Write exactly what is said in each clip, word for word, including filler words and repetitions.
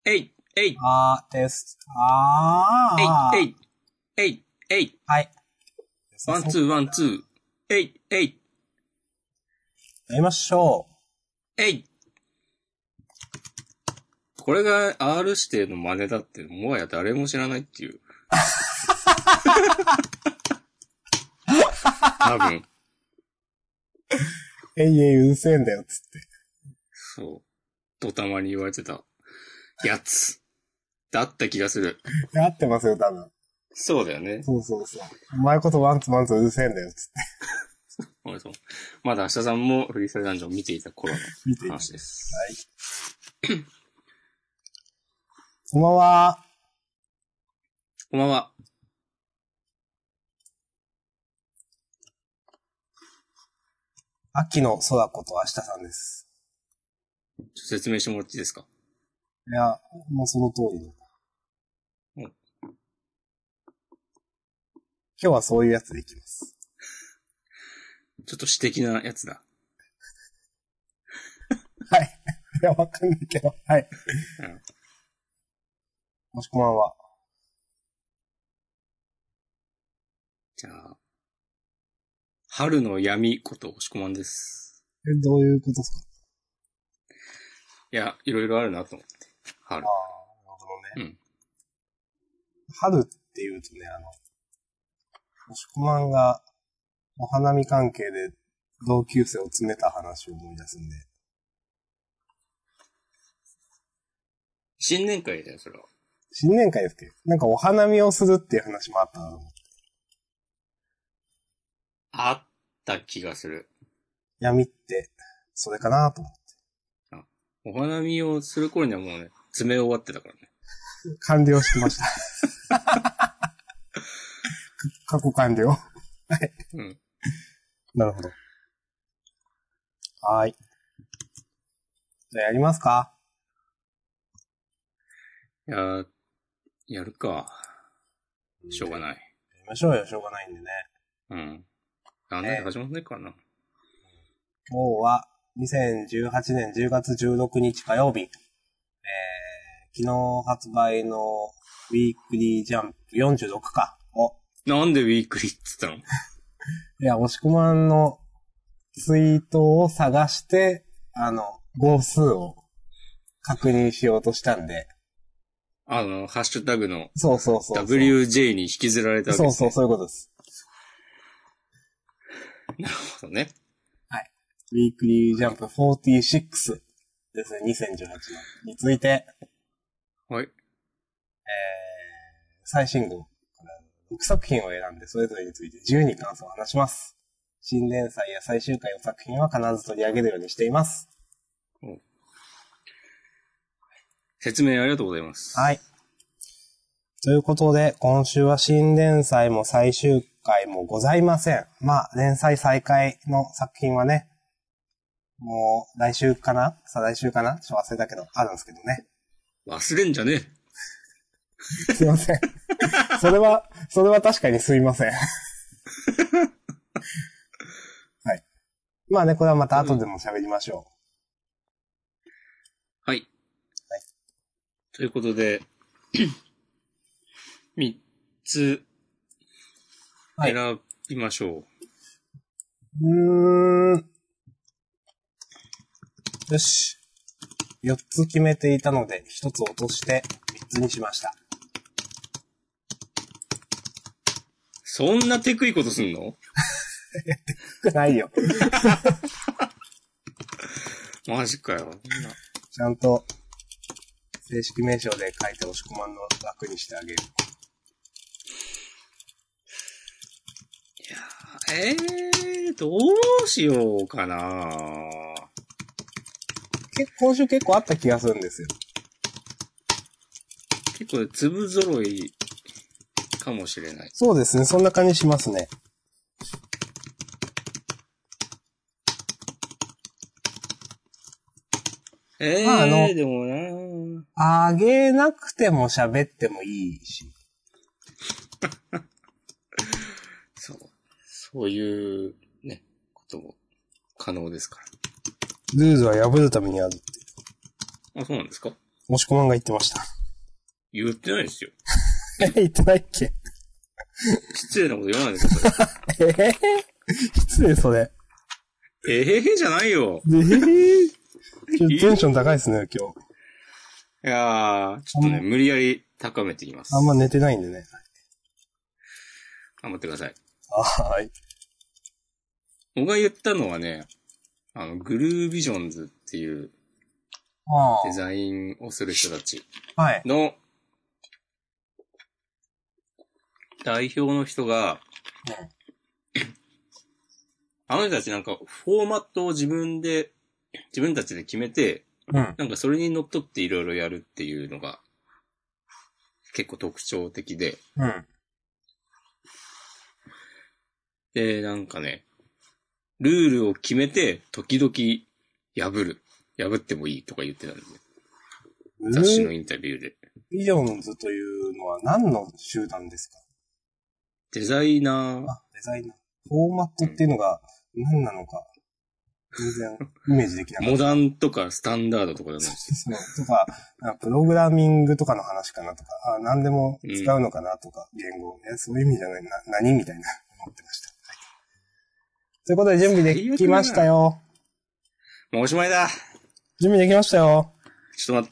えい、えい、 あーです。あー。 えい、えい、えい、えい。 はい。 ワン、ツー、ワン、ツー。えい、えい。 やりましょえい。これが R 指定の真似だって、もはや誰も知らないっていう。多分。 う。えいえいうるせえんだよ、つって。 そう。とたまに言われてたやつ。だった気がする。 合ってますよ、多分。 そうだよね。 そうそうそう。お前ことワンツマンツうるせえんだよ、つって。 まだ明日さんもフリースタイルダンジョンを見ていた頃の見ていた話です。 はい。こんばんは。 こんばんは。 秋の空子と明日さんです。 ちょっと説明してもらっていいですか？ いや、もうその通りの。 うん。 今日はそういうやつでいきます。 ちょっと私的なやつだ。 はい。いや、わかんないけど。はい。 うん。 もしこまんは。 じゃあ、春の闇こと押し込まんです。 え、どういうことですか？ いや、いろいろあるなと思って。春。 ああ、なるほどね。 うん。 春っていうとね、あの、もしこまんがお花見関係で同級生を詰めた話を思い出すんで。 新年会だよ、それは。 新年会ですっけ？なんかお花見をするっていう話もあったなと思って。 あった気がする。 闇って、それかなと思って。 あ、お花見をする頃にはもうね、詰め終わってたからね。 完了してました。過去完了。はい。 うん。 なるほど。はーい。じゃあやりますか？ いや、やるか。しょうがない。 やりましょうよ、しょうがないんでね。 うん。あんなで始まんないからな。 今日はにせんじゅうはちねんじゅうがつじゅうろくにち火曜日。えー、昨日発売のウィークリージャンプよんじゅうろくかを。 なんでウィークリーって言ったの？ いや、押し込まんのツイートを探して、あの、号数を確認しようとしたんで。 あの、ハッシュタグのそうそうそうそう。 ダブリュージェー に引きずられたわけですね。 そうそう、そういうことです。 なるほどね。 はい。ウィークリージャンプよんじゅうろくですね、にせんじゅうはちねんについて。 はい。 えー、最新号からろくさく品を選んで、それぞれについて自由に感想を話します。新連載や最終回の作品は必ず取り上げるようにしています。 説明ありがとうございます。 はい。ということで、今週は新連載も最終回もございません。まあ、連載再開の作品はね、もう来週かな再来週かなちょっと忘れたけど、あるんですけどね。 忘れんじゃねえ。すいません。それは、それは確かにすいません。はい。まあね、これはまた後でも喋りましょう。はい。 はい。 ということで、みっつ選びましょう。はい、 うーん。よし。よっつ決めていたので、ひとつ落としてみっつにしました。 そんなテクいことすんの？ テクくないよ。 マジかよ。 ちゃんと、正式名称で書いて押し込まんの楽にしてあげる。 いやー、えー、どうしようかな。 結今週結構あった気がするんですよ。 結構粒揃いかもしれない。 そうですね、そんな感じしますね。 えー、まあ、あのでもなあげなくても喋ってもいいし。 そう。そういうね、ことも可能ですから。 ルールは破るためにあるって。 あ、そうなんですか？ 押し込まんが言ってました。 言ってないですよ。 え、言ってないっけ？ 失礼なこと言わないでください。 えへへ失礼それ。 えへへじゃないよ。 えへへちょっとテンション高いですね、今日。 いやー、ちょっとね、無理やり高めていきます。 あんま寝てないんでね。 頑張ってください。 はい。 僕が言ったのはね、あの、グルービジョンズっていうデザインをする人たちの代表の人が、うん、あの人たちなんかフォーマットを自分で、自分たちで決めて、うん、なんかそれにのっとっていろいろやるっていうのが結構特徴的で、うん、で、なんかね、ルールを決めて時々破る。破ってもいいとか言ってたんで、雑誌のインタビューで。 ビジョンズというのは何の集団ですか？ デザイナー。 あ、デザイナー。フォーマットっていうのが何なのか、全然イメージできなかった。 モダンとかスタンダードとかじゃないですよ。とか、プログラミングとかの話かなとか、あ、何でも使うのかなとか、うん、言語。え、そういう意味じゃない。な、何みたいな思ってました。はい、ということで準備できましたよ。 もうおしまいだ。 準備できましたよ。 ちょっと待って。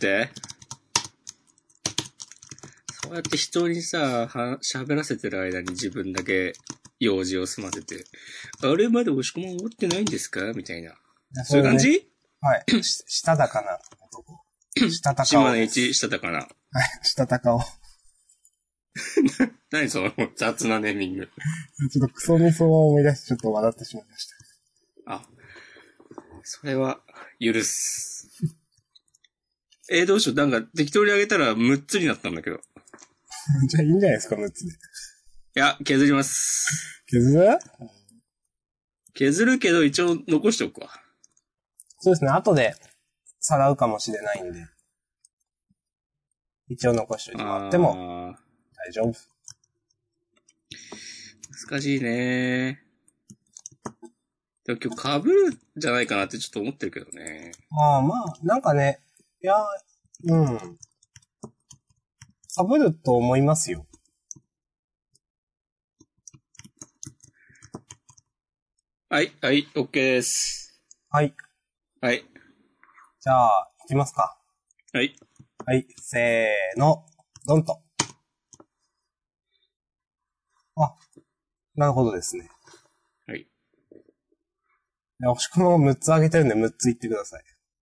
そうやって人にさ、は、喋らせてる間に自分だけ用事を済ませて、あれまだ押し込まん終わってないんですかみたいな。そういう感じ、ね、 はい。したたかな男。したたかを。 島根一したたかな。 はい。したたかを。 何その雑なネーミング。 ちょっとクソミソを思い出してちょっと笑ってしまいました。 あ、それは許す。えー、どうしよう。なんか適当にあげたらむっつになったんだけど。 じゃあいいんじゃないですか、むっつで。いや、削ります。 削る？ 削るけど一応残しておくわ。 そうですね、後でさらうかもしれないんで。一応残しておいてもらっても大丈夫。 難しいね。でも今日被るんじゃないかなってちょっと思ってるけどね。 ああ、まあ、なんかね、いや、うん。被ると思いますよ。 はい、はい、OK です。 はい。 はい。 じゃあ、いきますか。 はい。 はい、せーの、ドンと。あ、なるほどですね。 はい。 押し込まんむっつあげてるんでむっつ言ってください。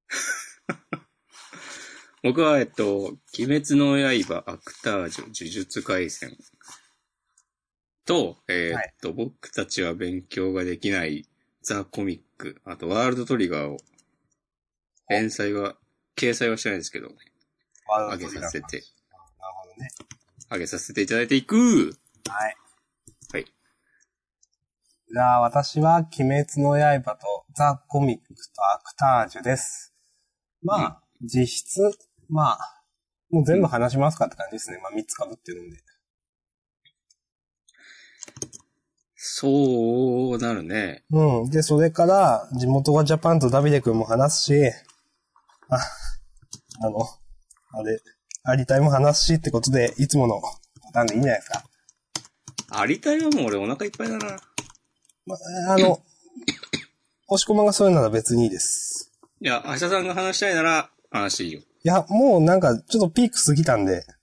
僕は、えっと、鬼滅の刃、アクタージュ、呪術廻戦と、えー、っと、はい、僕たちは勉強ができないザ・コミック、あとワールドトリガーを、連載は、掲載はしてないですけどね。上げさせて。なるほどね。 上げさせていただいていく。 はい。 はい。 じゃあ、私は鬼滅の刃とザ・コミックとアクタージュです。まあ、うん、実質、まあ、もう全部話しますかって感じですね。うん、まあみっつ被ってるんで。 そうなるね。 うん。で、それから、地元がジャパンとダビデ君も話すし、あ、あの、あれ、アリタイも話すしってことで、いつものパターンでいいんじゃないですか。 アリタイはもう俺お腹いっぱいだな。 ま、あの、押し込まがそういうなら別にいいです。 いや、明日さんが話したいなら話していいよ。 いや、もうなんか、ちょっとピーク過ぎたんで。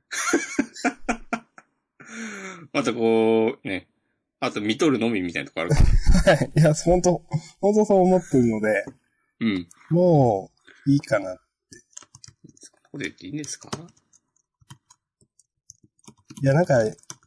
またこう、ね。あと見とるのみみたいなとこあるから。 はい。いや、ほんと、ほんとそう思ってるので。 うん。 もう、いいかなって。 そこで言っていいんですか？ いや、なんか、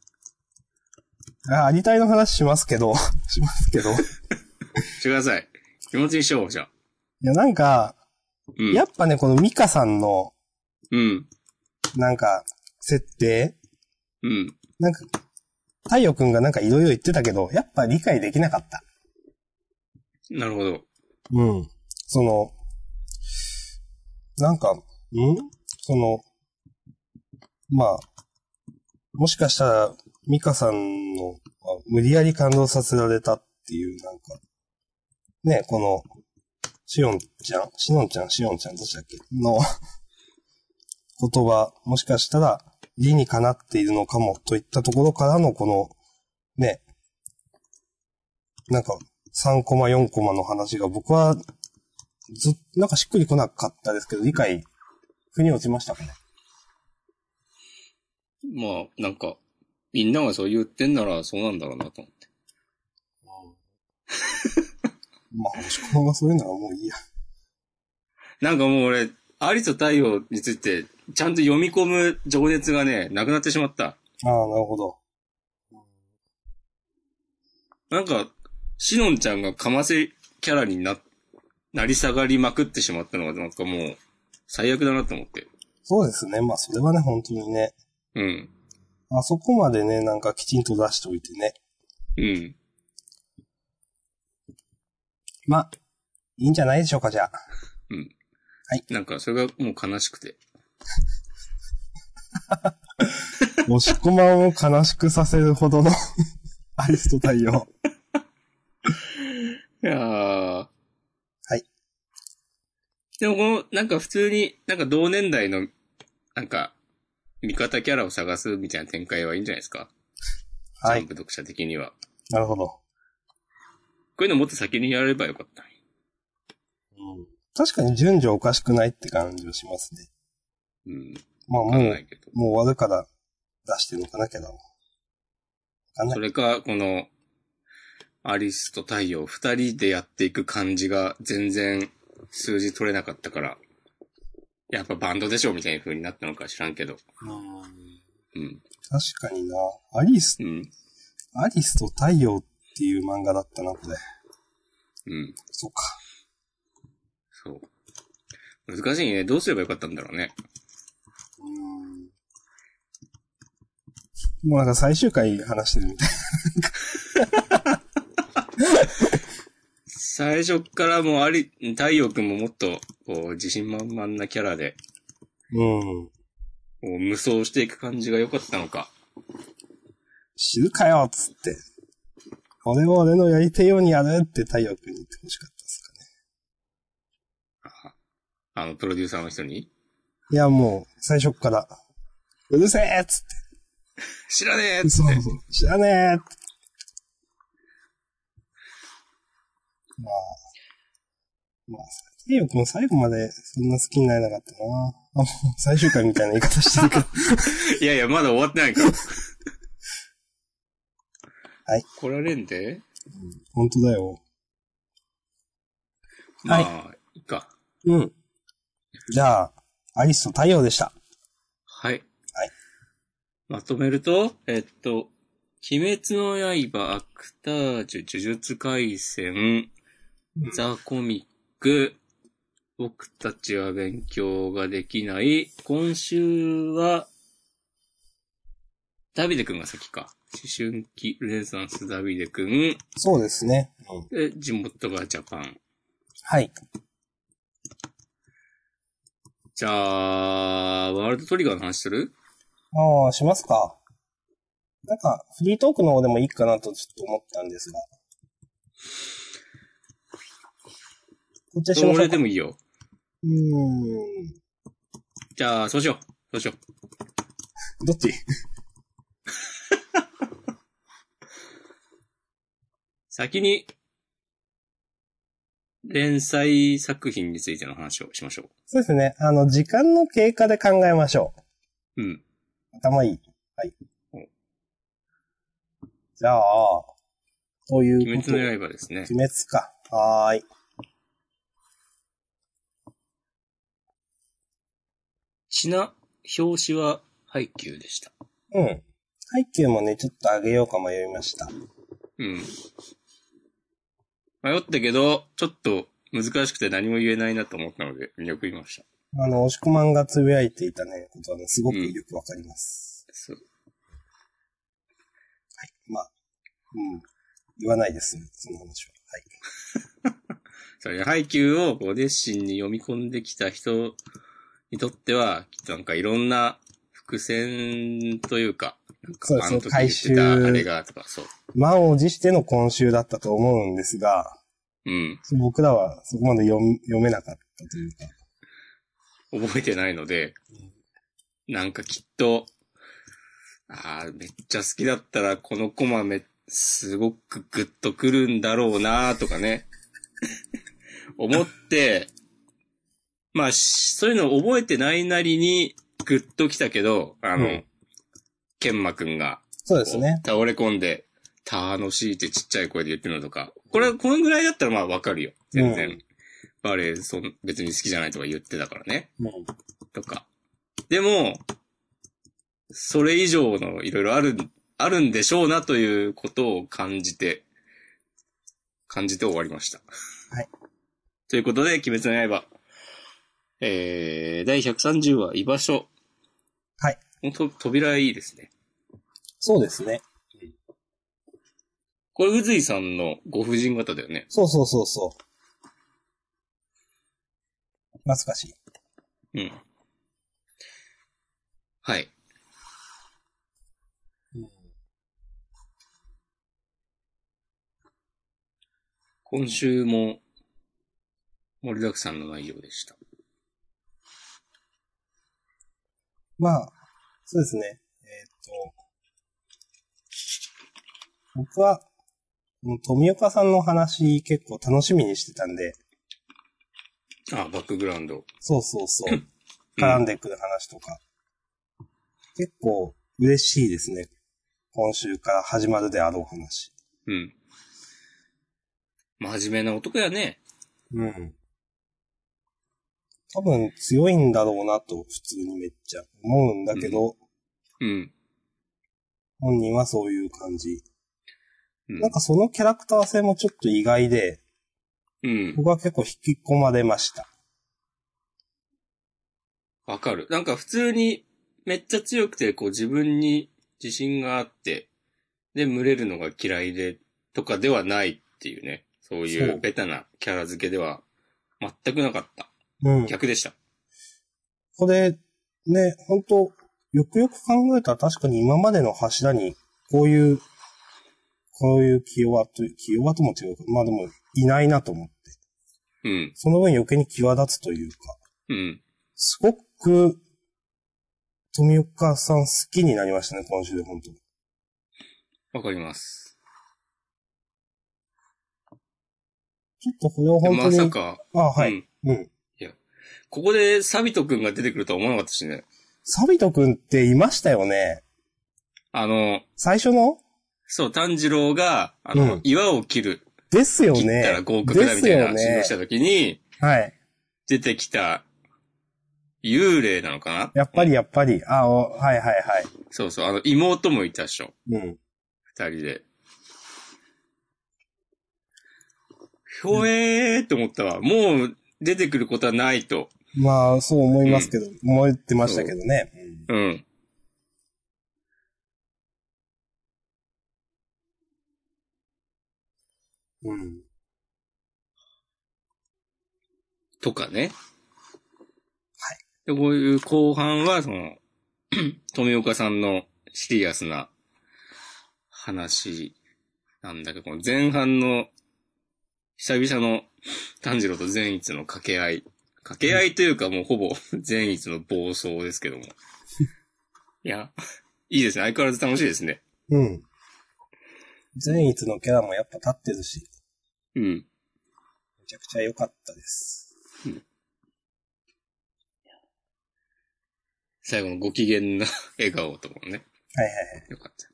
あ、アリタイの話しますけど、しますけど。 してください。気持ちにしよう、じゃあ。 いや、なんか、うん、やっぱね、このミカさんの、 うん。 なんか、設定うん。 なんか、太陽くんがなんかいろいろ言ってたけど、やっぱ理解できなかった。 なるほど。 うん。その、なんか、んその、まあ、もしかしたら、ミカさんの、無理やり感動させられたっていう、なんか、ね、この、シオンちゃん、シノンちゃん、シオンちゃん、どっちだっけの、 言葉、もしかしたら理にかなっているのかもといったところからのこの、ね、なんかさんコマよんコマの話が僕はずなんかしっくりこなかったですけど、理解、腑に落ちましたかね。 まあ、なんか、みんながそう言ってんならそうなんだろうなと思って。 まあ、もしこまがそういうのはもういいや。 なんかもう俺、アリスと太陽について、ちゃんと読み込む情熱がね、なくなってしまった。あああ、なるほど。 なんか、シノンちゃんがかませキャラにな、なり下がりまくってしまったのが、なんかもう、最悪だなと思って。 そうですね。まあ、それはね、本当にね。 うん。 あそこまでね、なんかきちんと出しておいてね。 うん。 まあ、いいんじゃないでしょうか、じゃあ。 うん。 はい。 なんか、それがもう悲しくて。 押し込まんを悲しくさせるほどのアリスと太陽。 いやー。 はい。 でもこの、なんか普通に、なんか同年代の、なんか、味方キャラを探すみたいな展開はいいんじゃないですか。はい。ジャンプ読者的には。 なるほど。 こういうのもっと先にやればよかった。 うん。確かに順序おかしくないって感じはしますね。 うん。 まあもう、もう終わるから出してるのかな、けど。 それか、この、アリスと太陽二人でやっていく感じが全然数字取れなかったから、やっぱバンドでしょみたいな風になったのか知らんけど。 うん。確かにな。アリス、うん、アリスと太陽っていう漫画だったな、これ。 うん。 そうか。 そう。難しいね。どうすればよかったんだろうね。 うーん。もうなんか最終回話してるみたいな。 最初からもうあり、太陽くんももっと、こう、自信満々なキャラで、 うん。 こう無双していく感じが良かったのか。 知るかよっつって。俺は俺のやりたいようにやるって太陽くんに言ってほしかったですかね。あ、あの、プロデューサーの人に？ いや、もう、最初から、うるせえっつって。 知らねえっつって。 そうそう。知らねえって。まあ。まあ、太陽くんも最後までそんな好きになれなかったな。あ、もう最終回みたいな言い方してるけど。 いやいや、まだ終わってないから。 はい。 来られんで、うん、 本当だよ。 まあ、はい。いいか。 うん。じゃあ、アリスと太陽でした。 はい。 はい。 まとめると、えっと、鬼滅の刃、アクタージュ、呪術廻戦、うん、ザ・コミック、僕たちは勉強ができない。今週は、ダビデくんが先か。思春期ルネサンスダビデくん。 そうですね。 うん、で、地元がジャパン。 はい。 じゃあ、ワールドトリガーの話する？ ああ、しますか。なんか、フリートークの方でもいいかなとちょっと思ったんですが。こっちはしましょうか。俺でもいいよ。 うーん。 じゃあ、そうしよう。そうしよう。どっち先に、連載作品についての話をしましょう。 そうですね。あの、時間の経過で考えましょう。うん。 頭いい。はい。じゃあ、ということ。 鬼滅の刃ですね。 鬼滅か。はーい。 ちな、表紙は、ハイキューでした。 うん。ハイキューもね、ちょっと上げようか迷いました。 うん。迷ったけど、ちょっと難しくて何も言えないなと思ったので、よく言いました。 あの、押し込まんがつぶやいていたね、ことはね、すごくよくわかります。 うん、そう。 はい。まあ、うん。言わないです、その話は。はい。 それ、ハイキューをこう熱心に読み込んできた人にとっては、きっとなんかいろんな伏線というか、なんかあの時言ってたあれがとか、そう。 満を持しての今週だったと思うんですが、 うん。 僕らはそこまで読、読めなかったというか。 覚えてないので、 なんかきっと、ああ、めっちゃ好きだったらこのコマめ、すごくグッとくるんだろうなとかね。思って、まあ、そういうのを覚えてないなりにグッときたけど、あの、うん、ケンマくんが、 そうですね。 倒れ込んで、楽しいってちっちゃい声で言ってるのとか、これはこのぐらいだったらまあわかるよ。全然。うん、バレエそん別に好きじゃないとか言ってたからね。うん、とか。でも、それ以上のいろいろある、あるんでしょうなということを感じて、感じて終わりました。 はい。 ということで、鬼滅の刃。えー、だいひゃくさんじゅうわ、居場所。 はい。 と、扉いいですね。 そうですね。 これ、うずいさんのご婦人方だよね。 そうそうそうそう。懐かしい。 うん。はい。うん、今週も盛りだくさんの内容でした。 まあ、そうですね。えー、っと、僕は、富岡さんの話結構楽しみにしてたんで。 あ、バックグラウンド。 そうそうそう。絡んでくる話とか。うん、結構嬉しいですね。今週から始まるであろう話。 うん。真面目な男やね。 うん。多分強いんだろうなと普通にめっちゃ思うんだけど。 うん。うん、 本人はそういう感じ。うん、なんかそのキャラクター性もちょっと意外で。うん。僕は結構引き込まれました。 わかる。なんか普通にめっちゃ強くてこう自分に自信があって、で、群れるのが嫌いでとかではないっていうね。そういうベタなキャラ付けでは全くなかった。うん。逆でした。 これ、ね、本当よくよく考えたら確かに今までの柱に、こういう、こういう気弱と、気弱とも違うか。まあでも、いないなと思って。うん。その分余計に際立つというか。うん。すごく、富岡さん好きになりましたね、今週で本当に。 わかります。 ちょっとこれを本当に。 まさか。 あ、はい。うん。うん、 いや、ここでサビトくんが出てくるとは思わなかったしね。 サビトくんっていましたよね。 あの、 最初のそう、炭治郎が、あの、うん、岩を切る。 ですよね。 切ったら合格だみたいな話をしたときに、 はい。 出てきた、幽霊なのかなやっぱりやっぱり。あ、お、はいはいはい。 そうそう、あの、妹もいたっしょ。うん。二人で。ひょえーって思ったわ。もう出てくることはないと。 まあ、そう思いますけど、うん、思ってましたけどね。 うん。うん。とかね。 はい。 で、こういう後半は、その、富岡さんのシリアスな話なんだけど、この前半の久々の炭治郎と善逸の掛け合い。掛け合いというかもうほぼ善逸の暴走ですけども。いや、いいですね。相変わらず楽しいですね。 うん。善逸のキャラもやっぱ立ってるし。うん。めちゃくちゃ良かったです。うん。 最後のご機嫌な笑顔とかもね。 はいはいはい。 よかった。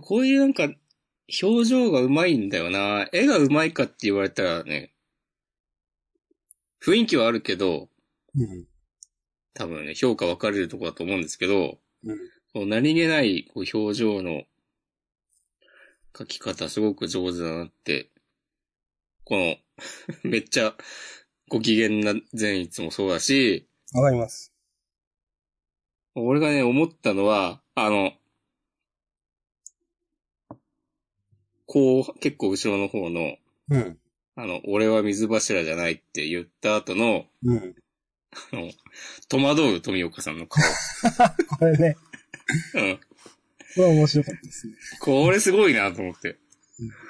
こういうなんか、表情が上手いんだよな。絵が上手いかって言われたらね、雰囲気はあるけど、うん、多分ね、評価分かれるところだと思うんですけど、うん、こう何気ないこう表情の描き方すごく上手だなって、この、めっちゃご機嫌な善逸もそうだし、 わかります。 俺がね、思ったのは、あの、こう、結構後ろの方の、うん。あの、俺は水柱じゃないって言った後の、うん。あの、戸惑う富岡さんの顔。 これね。うん。これ面白かったですね。 これすごいなと思って。うん、い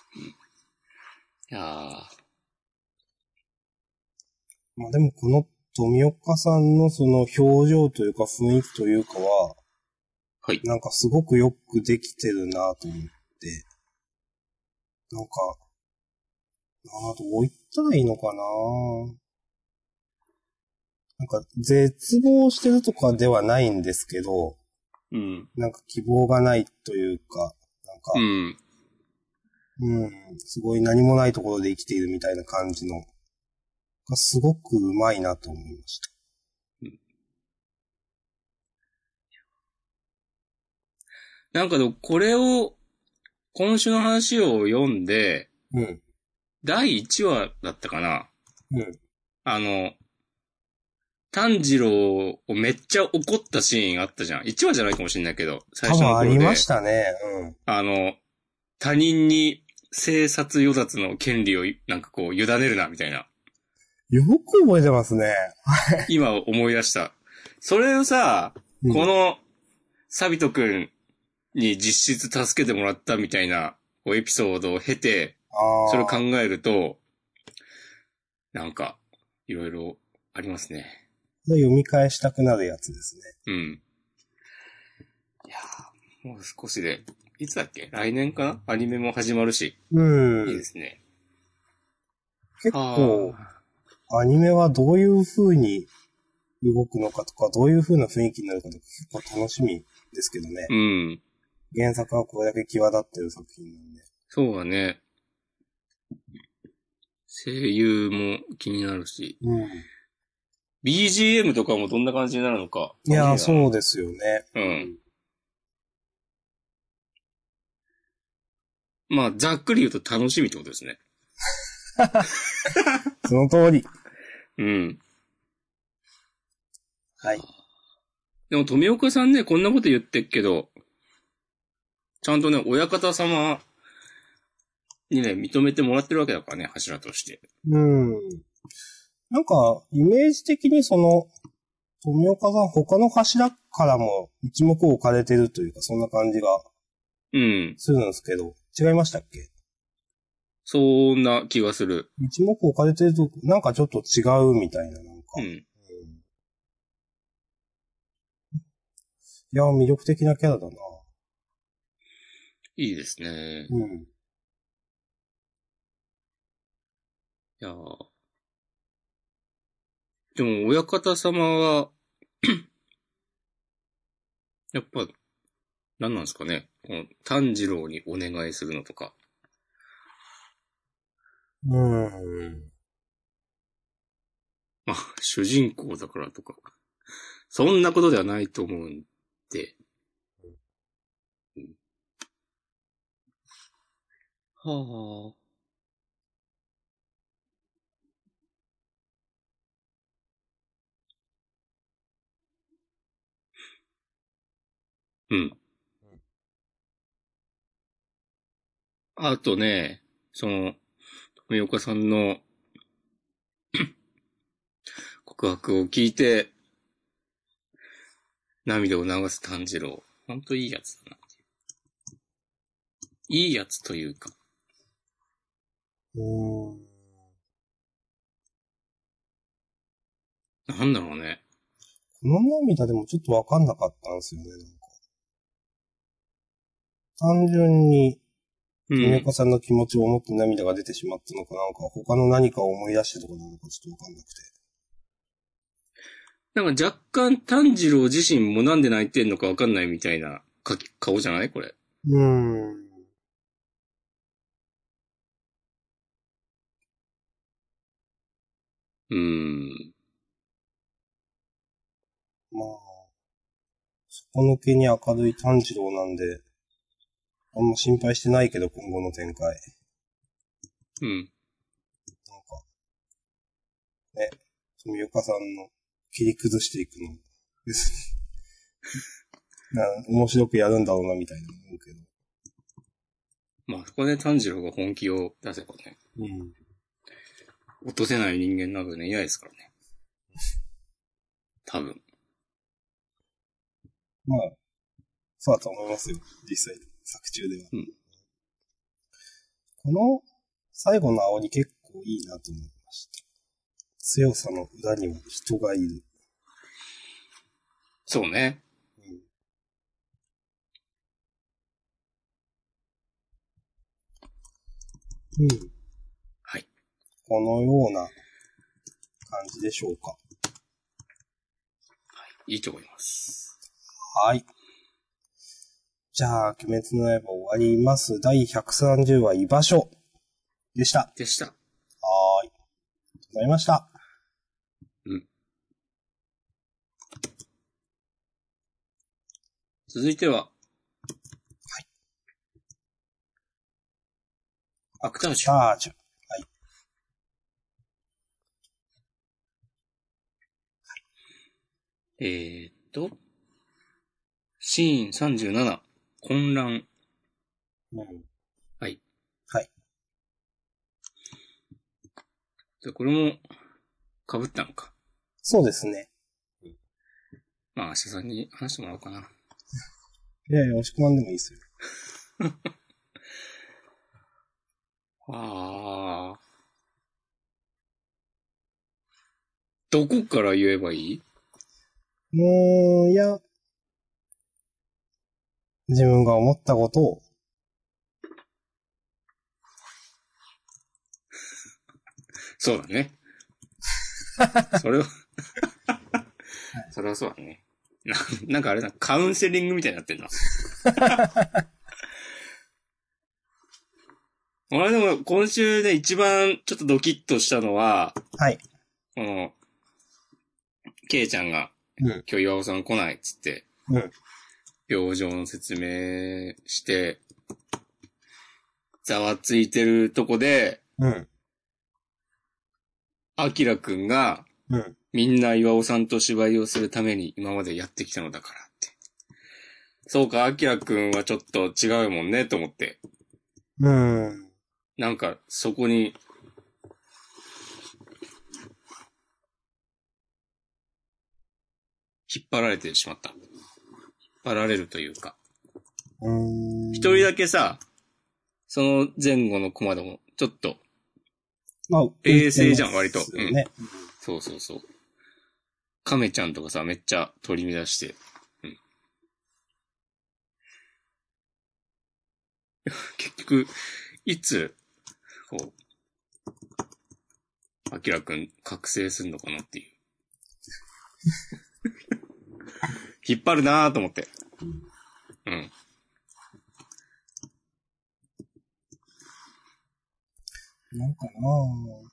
やー。 まあでもこの富岡さんのその表情というか雰囲気というかは、 はい。 なんかすごくよくできてるなと思って、なんか、ああ、どう言ったらいいのかな。なんか、絶望してるとかではないんですけど、 うん。 なんか希望がないというか、なんか、 うん。 うん、すごい何もないところで生きているみたいな感じの、がすごくうまいなと思いました。 なんかでも、これを、今週の話を読んで、 うん。 だいいちわだったかな。 うん。 あの、炭治郎をめっちゃ怒ったシーンあったじゃん。いちわじゃないかもしれないけど、最初多分ありまの頃で、 したね。うん。 あの、他人に生殺与奪の権利をなんかこう委ねるな、みたいな。 よく覚えてますね。 今思い出した。それをさ、 うん、 この、サビトくんに実質助けてもらったみたいなこうエピソードを経て、それを考ああ。 えると、なんか、いろいろありますね。 読み返したくなるやつですね。 うん。いやー、もう少しで、いつだっけ来年かなアニメも始まるし。 うん。 いいですね。 結構、 はアニメはどういう風に動くのかとか、どういう風な雰囲気になるかとか結構楽しみですけどね。 ー。うん。 原作はこれだけ際立ってる作品なんで。 そうだね。声優も気になるし。 うん。 ビージーエム とかもどんな感じになるのか。 いやー、そうでですよね。 うん。まあ、ざっくり言うと楽しみってことですね。 その通り。 うん。 はい。 でも、富岡さんね、こんなこと言ってっけど、ちゃんとね、親方様にね、認めてもらってるわけだからね、柱として。 うん。なんか、イメージ的にその、富岡さん他の柱からも一目置かれてるというか、そんな感じがうん。 するんですけど、違いましたっけ？ そんな気がする。 一目置かれてると、なんかちょっと違うみたいな、なんか。 うん。 うん、いや、魅力的なキャラだな。 いいですね。 うん。 いやーでも、親方様は、やっぱ、何なんですかね。この炭治郎にお願いするのとか。 うん。 まあ、主人公だからとか。そんなことではないと思うんで。うん、はあ。うん。あとね、その、富岡さんの告白を聞いて、涙を流す炭治郎。ほんといいやつだな。いいやつというか。 うん。 なんだろうね。 この涙でもちょっとわかんなかったんですよね、なんか。単純に、 うん。 富岡さんの気持ちを思って涙が出てしまったのか、なんか他の何かを思い出してとかなのかちょっとわかんなくて。 なんか若干炭治郎自身もなんで泣いてんのかわかんないみたいなか顔じゃないこれ。 うーん。 うーん。 まあ、底抜けに明るい炭治郎なんで、あんま心配してないけど、今後の展開。 うん。 なんか、ね、富岡さんの切り崩していくのですな。面白くやるんだろうな、みたいな思うけど。 まあそこで炭治郎が本気を出せばね、 うん。 落とせない人間などね、いないですからね。多分。 まあ、そうだと思いますよ。実際、作中では。 うん。 この最後の煽り結構いいなと思いました。 強さの裏には人がいる。 そうね。 うん。うん。 はい。 このような感じでしょうか。はい。 いいと思います。 はい。じゃあ、鬼滅の刃終わります。だいひゃくさんじゅうわ居場所でした。 でした。 はーい。ありがとうございました。 うん。続いては。はい。アクタージュ。 アクタージュ。はい。 はい。えーっと。シーンさんじゅうなな。混乱。 うん。 はい。 はい。 じゃあこれも、被ったのか。 そうですね。 まあ、明日さんに話してもらおうかな。 いやいや、押し込まんでもいいですよ。 ああ。どこから言えばいい？ もう、いや、自分が思ったことを。 そうだね。それは、それはそうだね。な、なんかあれだ、カウンセリングみたいになってんな。俺でも今週で一番ちょっとドキッとしたのは、 はい。 この、ケイちゃんが、うん、今日岩尾さん来ないっつって、うん、病状の説明して、ざわついてるとこで、うん。アキラくんが、うん。みんな岩尾さんと芝居をするために今までやってきたのだからって。そうか、アキラくんはちょっと違うもんね、と思って。うん。なんか、そこに、引っ張られてしまった。引っ張られるというか。うーん。一人だけさ、その前後のコマでも、ちょっと、まあ、冷静じゃん、割と。うん。そうそうそう。カメちゃんとかさ、めっちゃ取り乱して。うん。結局、いつ、こう、アキラくん覚醒すんのかなっていう。引っ張るなぁと思って。うん。 なんかなぁ。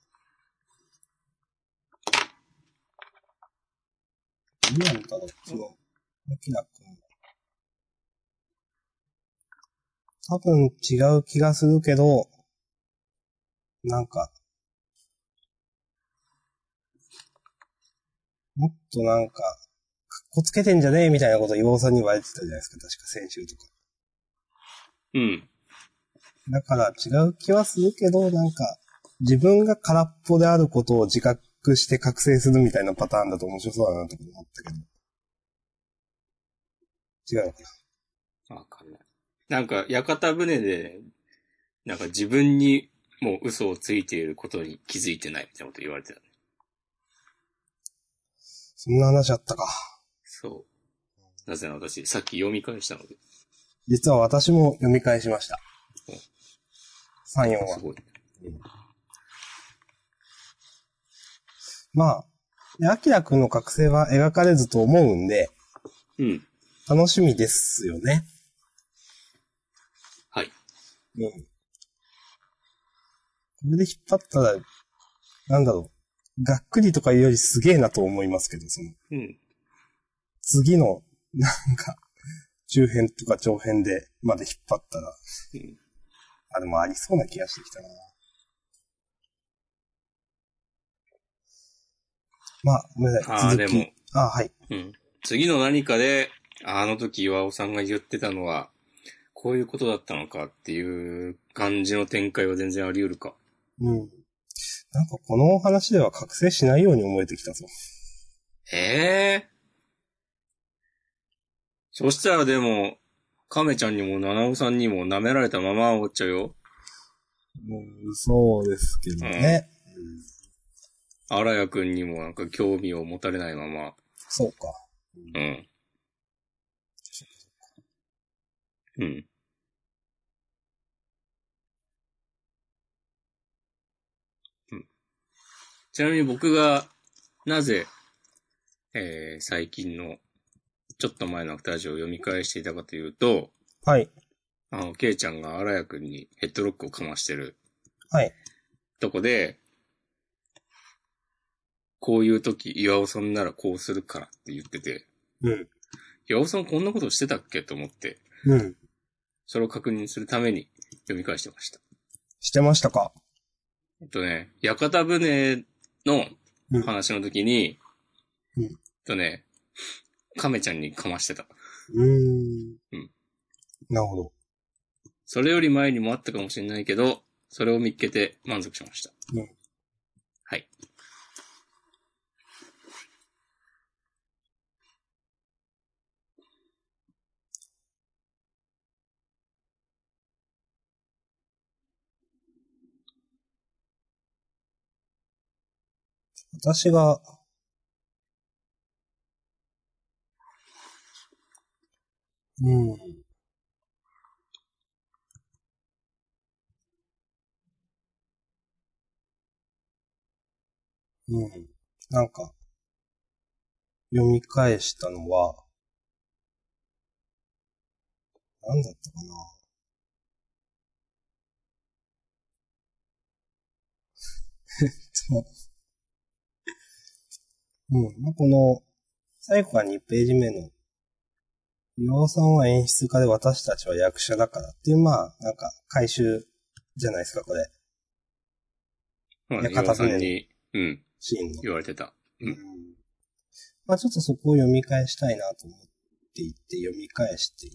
何なんだろう、その、アキラくん。多分違う気がするけど、なんか、もっとなんか、かっこつけてんじゃねえみたいなこと岩尾さんに言われてたじゃないですか、確か先週とか。 うん。 だから違う気はするけど、なんか、自分が空っぽであることを自覚して覚醒するみたいなパターンだと面白そうだなって思ったけど。違うのかな。わかんない。なんか、屋形船で、なんか自分にもう嘘をついていることに気づいてないみたいなこと言われてたね。 そんな話あったか。 そう。なぜなら私、さっき読み返したので。 実は私も読み返しました。さん、よんわ。すごい。うん、まあ、アキラくんの覚醒は描かれずと思うんで、うん。楽しみですよね。 はい。うん。これで引っ張ったら、なんだろう。がっくりとかいうよりすげえなと思いますけど、その。うん。次の、なんか、中編とか長編でまで引っ張ったら、うん。あ、でもありそうな気がしてきたな。まあ、ごめんなさい。 ああ、でも。 あはい。 うん。次の何かで、あの時岩尾さんが言ってたのは、こういうことだったのかっていう感じの展開は全然あり得るか。 うん。なんかこの話では覚醒しないように思えてきたぞ。 ええー。そしたらでも、亀ちゃんにも七尾さんにも舐められたまま終わっちゃうよ。 うん、そうですけどね。うん、 荒谷くんにもなんか興味を持たれないまま。 そうか。 うん。うん。うん。ちなみに僕が、なぜ、えー、最近の、ちょっと前のアクタージュを読み返していたかというと、 はい。 あの、ケイちゃんが荒谷くんにヘッドロックをかましてる。 はい。 とこで、こういう時、岩尾さんならこうするからって言ってて、 うん。 岩尾さんこんなことしてたっけと思って、 うん。 それを確認するために読み返してました。 してましたか？ えっとね、屋形船のうん。 話の時に、 うん。 えっとね、亀ちゃんにかましてた。 うーん。 うん。 なるほど。 それより前にもあったかもしれないけど、それを見っけて満足しました。 うん。 はい。 私が、うん。うん。なんか、読み返したのは、なんだったかな。そう。うん。この、最後がにページ目の、岩尾さんは演出家で私たちは役者だからっていう、まあ、なんか、回収じゃないですか、これ。 まあ、 屋岩尾形船のさんに、うん、 シーンの。 言われてた。うん。 うん。まあちょっとそこを読み返したいなと思っていって、読み返していって、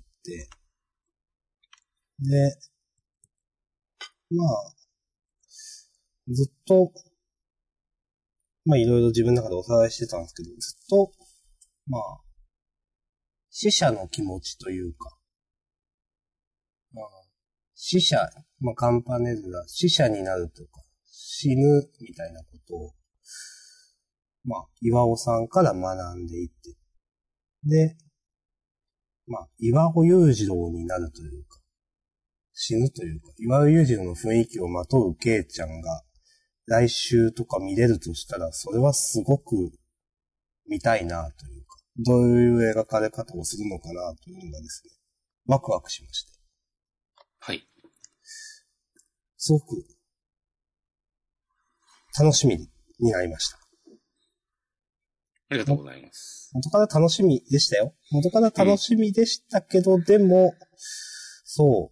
で、まあ、ずっと、まあいろいろ自分の中でおさらいしてたんですけど、ずっと、まあ、死者の気持ちというか、まあ、死者、まあカンパネルが死者になるとか、死ぬみたいなことを、まあ、岩尾さんから学んでいって、で、まあ、岩尾裕次郎になるというか、死ぬというか、岩尾裕次郎の雰囲気をまとうケイちゃんが、来週とか見れるとしたら、それはすごく見たいなというか、どういう描かれ方をするのかなというのがですね、ワクワクしまして。 はい。 すごく、楽しみになりました。 ありがとうございます。 元から楽しみでしたよ。元から楽しみでしたけど、うん、でも、そう、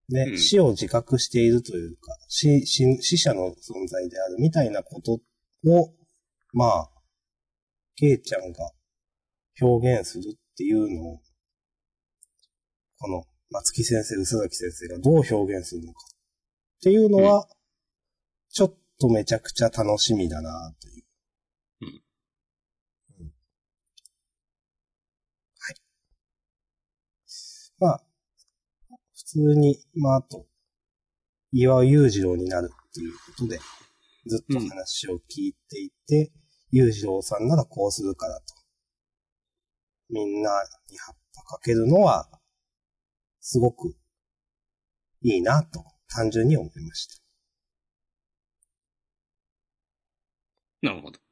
ね、うん、死を自覚しているというか、死、死、死者の存在であるみたいなことを、まあ、ケイちゃんが表現するっていうのを、この松木先生、臼崎先生がどう表現するのかっていうのは、うん、ちょっとめちゃくちゃ楽しみだなという。 うんうん、はい。まあ、普通に、まああと、岩尾裕次郎になるっていうことで、ずっと話を聞いていて、うん、裕次郎さんならこうするからと。みんなに葉っぱかけるのは、すごくいいなと、単純に思いました。 なるほど。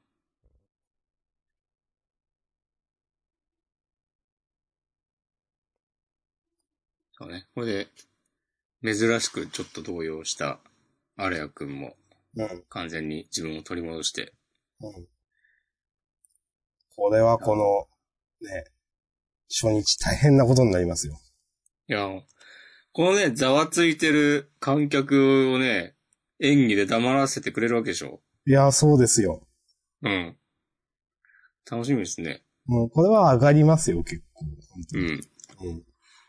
そうね。これで、珍しくちょっと動揺した荒谷くんも、完全に自分を取り戻して、 うん。これはこの、ね、初日大変なことになりますよ。 いや、このね、ざわついてる観客をね、演技で黙らせてくれるわけでしょ。 いや、そうですよ。 うん。楽しみですね。 もうこれは上がりますよ、結構。本当に。 うん。 うん。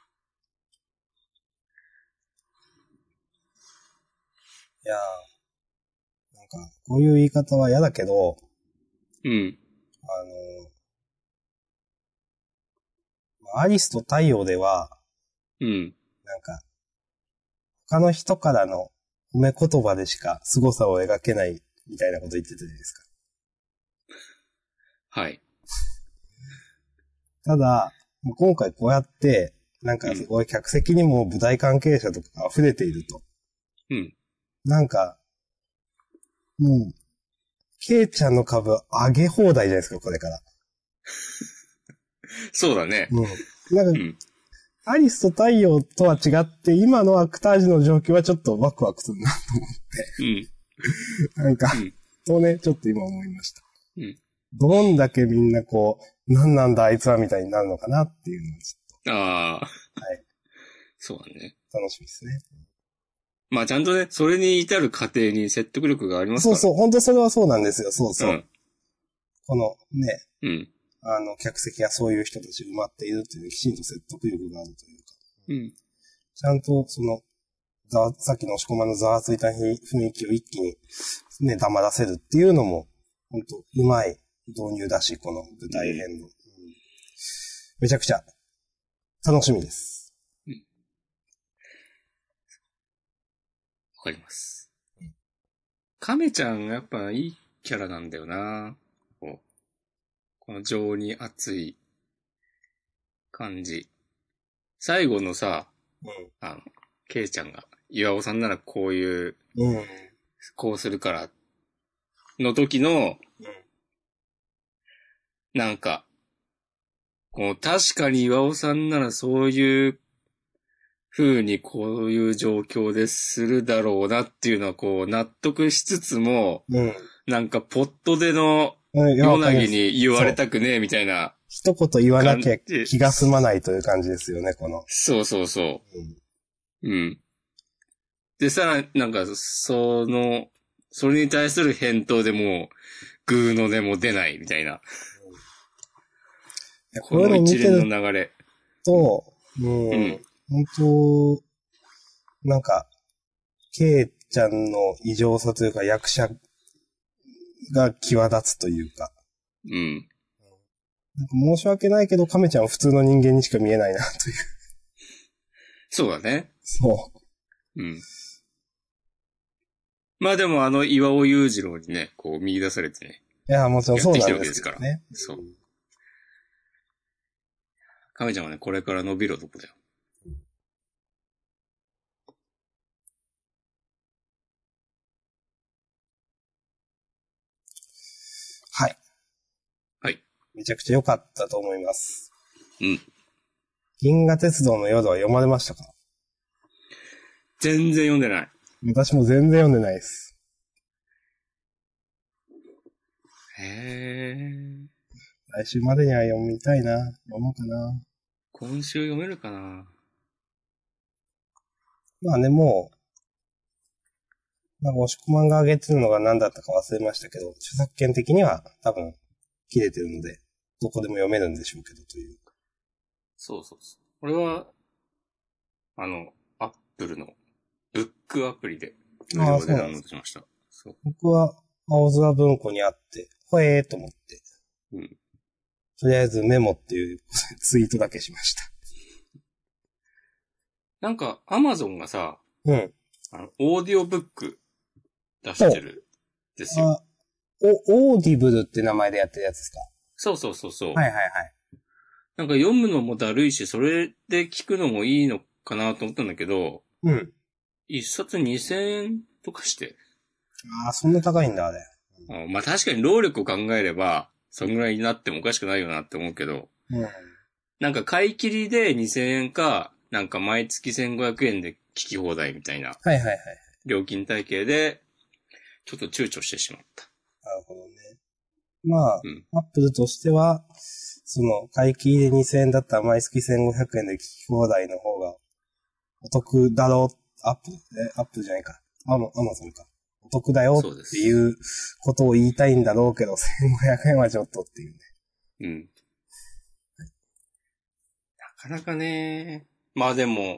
いやー、なんか、こういう言い方は嫌だけど、 うん。 あの、アリスと太陽では、 うん。 なんか、他の人からの褒め言葉でしか凄さを描けないみたいなこと言ってたじゃないですか。 はい。 ただ、今回こうやって、なんかすごい客席にも舞台関係者とか溢れていると。 うん。 なんか、もう、ケイちゃんの株上げ放題じゃないですか、これから。 そうだね。 うん。なんか、うん、アリスと太陽とは違って、今のアクタージュの状況はちょっとワクワクするなと思って。うん。なんか、うん、とね、ちょっと今思いました。 うん。 どんだけみんなこう、なんなんだあいつはみたいになるのかなっていうのをちょっと。 ああ。はい。そうだね。 楽しみですね。 まあちゃんとね、それに至る過程に説得力がありますから。 そうそう、本当それはそうなんですよ。そうそう。うん、このね、 うん。 あの、客席がそういう人たち埋まっているというきちんと説得力があるというか。 うん。 ちゃんと、その、ざさっきの押し込まのざわついた雰囲気を一気にね、黙らせるっていうのも、本当うまい導入だし、この舞台編の。うん、めちゃくちゃ楽しみです。うん。 わかります。亀ちゃんがやっぱいいキャラなんだよな。こうこの情に熱い感じ。最後のさ、うん、あの、ケイちゃんが、岩尾さんならこういう、うん、こうするから、の時の、うん、なんか、こう確かに岩尾さんならそういう風にこういう状況でするだろうなっていうのはこう納得しつつも、うん、なんかポットでのヨナギに言われたくねえみたいな。 一言言わなきゃ気が済まないという感じですよね、この。 そうそうそう。うん。うん、で、さらになんかその、それに対する返答でもう、グーの音も出ないみたいな。うん、この一連の流れ。 と、うん、うん、本当なんか、ケイちゃんの異常さというか役者が際立つというか。うん。なんか申し訳ないけど、亀ちゃんは普通の人間にしか見えないな、という。 そうだね。 そう。 うん。まあでもあの岩尾裕次郎にね、こう見出されてね。 いや、もちろんそうなんですけどね。 やってきてるわけですから。そう。亀ちゃんはね、これから伸びるとこだよ。 はい。 はい。 めちゃくちゃ良かったと思います。 うん。 銀河鉄道の夜は読まれましたか？ 全然読んでない。 私も全然読んでないです。 へー。 来週までには読みたいな。読もうかな。 今週読めるかな。 まあね、もう、なんか押し込まんが上げてるのが何だったか忘れましたけど、著作権的には多分切れてるので、どこでも読めるんでしょうけどという。 そうそうそう。これは、あの、アップルのブックアプリで無料でダウンロードしました。 そう。僕は青空文庫にあって、ほえーと思って。うん。とりあえずメモっていうツイートだけしました。 なんか、アマゾンがさ、 うん。 あの、オーディオブック出してるですよ。 お、オーディブルって名前でやってるやつですか？ そうそうそうそう。 はいはいはい。 なんか読むのもだるいし、それで聞くのもいいのかなと思ったんだけど、うん。一冊にせんえんとかして。 ああ、そんな高いんだ、あれ。 うん、まあ確かに労力を考えれば、そんぐらいになってもおかしくないよなって思うけど、うん。なんか買い切りでにせんえんか、なんか毎月せんごひゃくえんで聞き放題みたいな。はいはいはい。料金体系で、ちょっと躊躇してしまった。 なるほどね。まあ、うん、アップルとしては、その、買い切りでにせんえんだったら毎月せんごひゃくえんで聞き放題の方がお得だろう、アップル、え、アップルじゃないか。アマゾンか。お得だよっていうことを言いたいんだろうけど、せんごひゃくえんはちょっとっていうね。うん。 なかなかね、まあでも、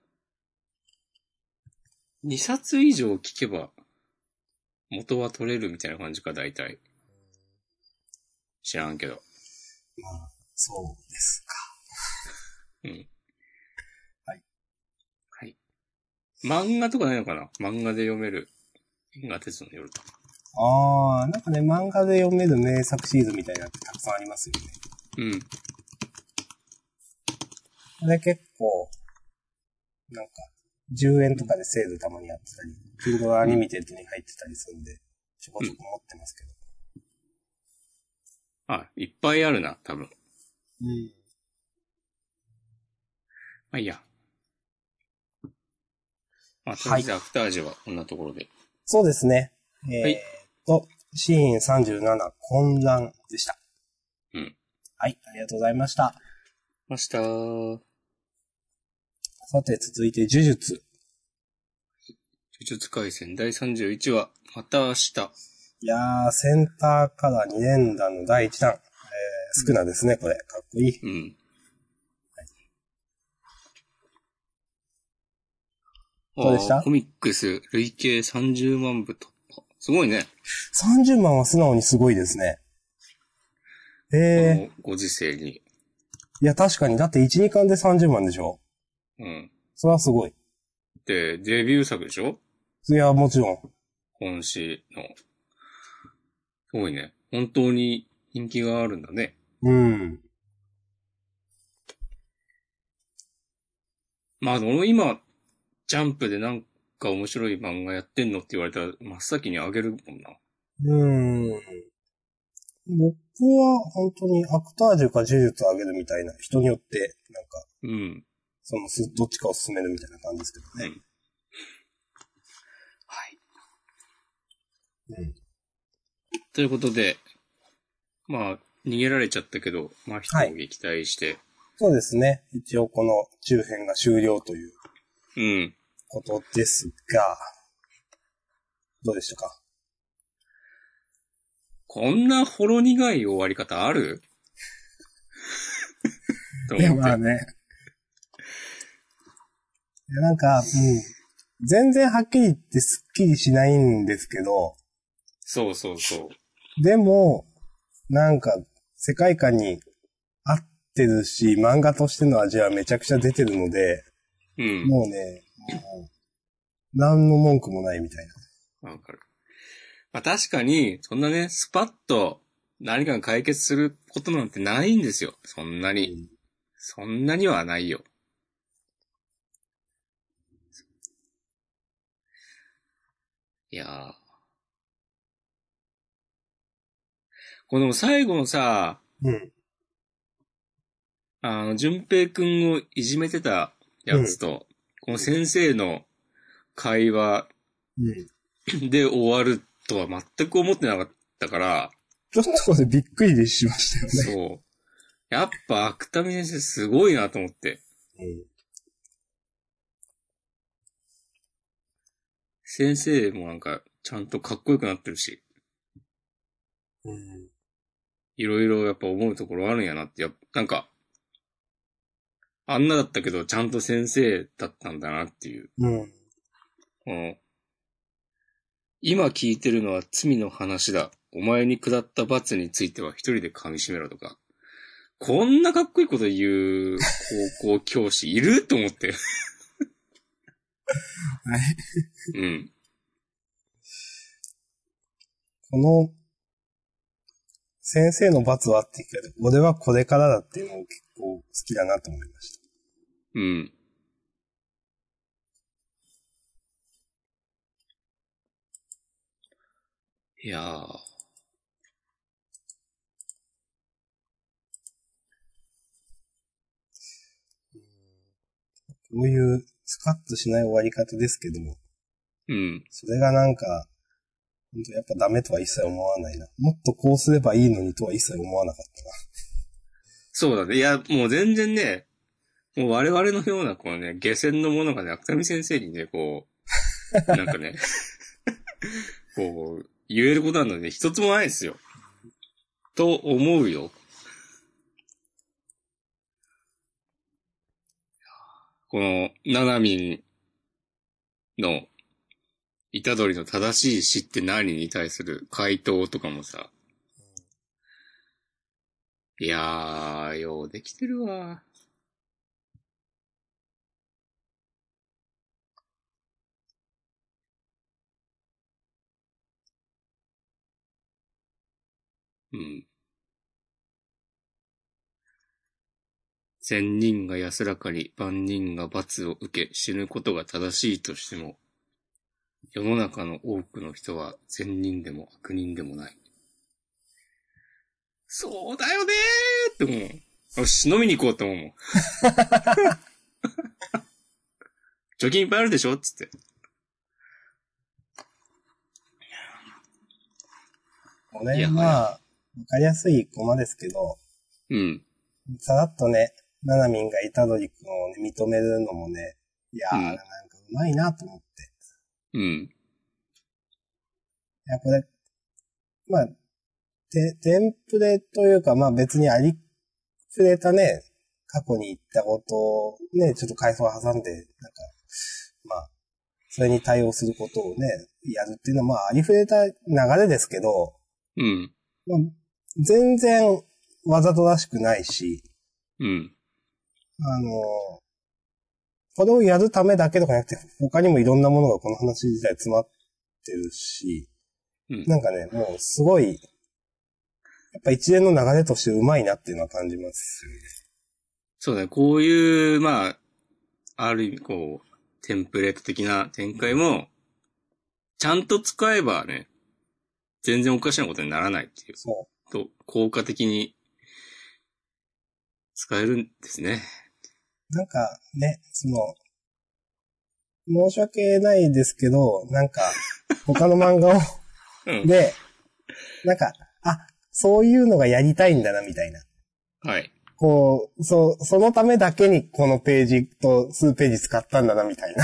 にさつ以上聞けば、元は取れるみたいな感じか、大体。知らんけど。 まあ、そうですか。うん。 はい。はい。漫画とかないのかな？漫画で読める。銀河鉄道の夜とか。 あー、なんかね、漫画で読める名作シリーズみたいなのってたくさんありますよね。 うん。 これ結構、なんか、じゅうえんとかでセールたまにやってたり、Kindle Unlimited に入ってたりするんで、ちょこちょこ持ってますけど。 あ、いっぱいあるな、多分。 うん。 まあいいや。まあ、とりあはい。 えずアフタージュはこんなところで。 そうですね。えーっはい。 と、シーンさんじゅうなな混乱でした。 うん。 はい、ありがとうございました。 ましたー。 さて、続いて呪術。 呪術廻戦だいさんじゅういちわ、また明日。 いやー、センターからに連弾のだいいち弾。えー、少なですね、これ。かっこいい。 うん。 どうでした？ あーコミックス累計さんじゅうまんぶ突破。すごいね。 さんじゅうまんは素直にすごいですね。 こえのご時世に。 ー、いや、確かに。だっていち、にかんでさんじゅうまんでしょ？ うん。 それはすごい。 で、デビュー作でしょ？ いや、もちろん。 今週の。すごいね。本当に人気があるんだね。 うん。 まあ、俺も今、ジャンプでなんか面白い漫画やってんのって言われたら、真っ先にあげるもんな。 うん。僕は本当にアクタージュか呪術をあげるみたいな、人によって、なんか、 うん。 そのす、どっちかを進めるみたいな感じですけどね。 うん。はい。 うん。 ということで、まあ、逃げられちゃったけど、まあ一はい。 撃退して。 そうですね。一応この中編が終了といううん。 ことですが、どうでしたか？ こんなほろ苦い終わり方あるといや、 思って。 まあね。いや、なんか、うん。全然はっきり言ってスッキリしないんですけど、 そうそうそでも、なんか、世界観に合ってるし、漫画としての味はめちゃくちゃ出てるので、 う。うん。 もうね、もう、何の文句もないみたいな。 わかる。まあ確かに、そんなね、スパッと何かが解決することなんてないんですよ。そんなに。 うん。 そんなにはないよ。いやー。この最後のさ、 うん。 あの、淳平くんをいじめてたうん。 やつと、この先生の会話うん。 で終わるとは全く思ってなかったから、 ちょっとこれびっくりしましたよね。 そう。やっぱ芥見先生すごいなと思って。 うん。 先生もなんか、ちゃんとかっこよくなってるし、 うん。 いろいろやっぱ思うところあるんやなって、やっぱなんか、あんなだったけど、ちゃんと先生だったんだなっていう。 うん。 この、今聞いてるのは罪の話だ。お前に下った罰については一人で噛み締めろとか。こんなかっこいいこと言う高校教師いると思って。 はい。 うん。 この、先生の罰はって言うけど、俺はこれからだっていうのを結構好きだなと思いました。 うん。いやー。 こういうスカッとしない終わり方ですけども、 うん。 それがなんか、本当やっぱダメとは一切思わないな。もっとこうすればいいのにとは一切思わなかったな。 そうだね。いや、もう全然ね、もう我々のようなこのね、下船のものがね、芥見先生にね、こう、なんかね、こう、言えることなので一つもないですよ。と思うよ。この、ナナミンの、虎杖の正しい死って何に対する回答とかもさ、いやー、ようできてるわ。 うん。善人が安らかに万人が罰を受け死ぬことが正しいとしても、世の中の多くの人は善人でも悪人でもない。そうだよねーって思う。よし、飲みに行こうって思うもん。貯金いっぱいあるでしょつって。 これ、まあ、わかりやすいコマですけど、 うん。 さらっとね、ナナミンがイタドリ君を、ね、認めるのもね、いやー、うん、なんかうまいなと思って。 うん。いや、これ、まあ、テ、テンプレというか、まあ別にありふれたね、過去に言ったことをね、ちょっと回想を挟んで、なんか、まあ、それに対応することをね、やるっていうのは、まあありふれた流れですけど、 うん。 まあ、全然わざとらしくないし、 うん。 あの、これをやるためだけとかじゃなくて、他にもいろんなものがこの話自体詰まってるし、うん、なんかね、もうすごい、やっぱ一連の流れとしてうまいなっていうのは感じますよね。 そうだね、こういう、まあ、ある意味こう、テンプレート的な展開も、ちゃんと使えばね、全然おかしなことにならないっていう。 そう。 と、効果的に使えるんですね。 なんかね、その、申し訳ないですけど、なんか、他の漫画をうん、で、なんか、あ、そういうのがやりたいんだな、みたいな。 はい。 こう、そ、そのためだけにこのページと数ページ使ったんだな、みたいな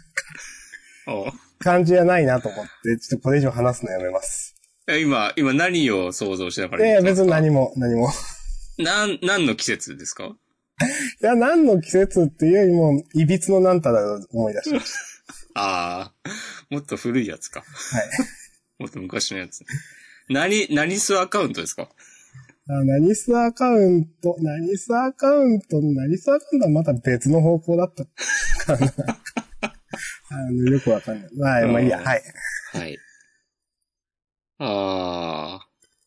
感じはないなと思って、ちょっとこれ以上話すのやめます。 今、今何を想像しながら言ってますか？いや、別に何も、何も。 なん、何の季節ですか？ いや、何の季節っていうよりも、いびつのなんたら思い出しました。 ああ、もっと古いやつか。 はい。 もっと昔のやつ。何、何スアカウントですか？ あ、何スアカウント、何スアカウント、何スアカウントはまた別の方向だったかな。あの、よくわかんない。まあ、まあいいや、はい。 はい。ああ。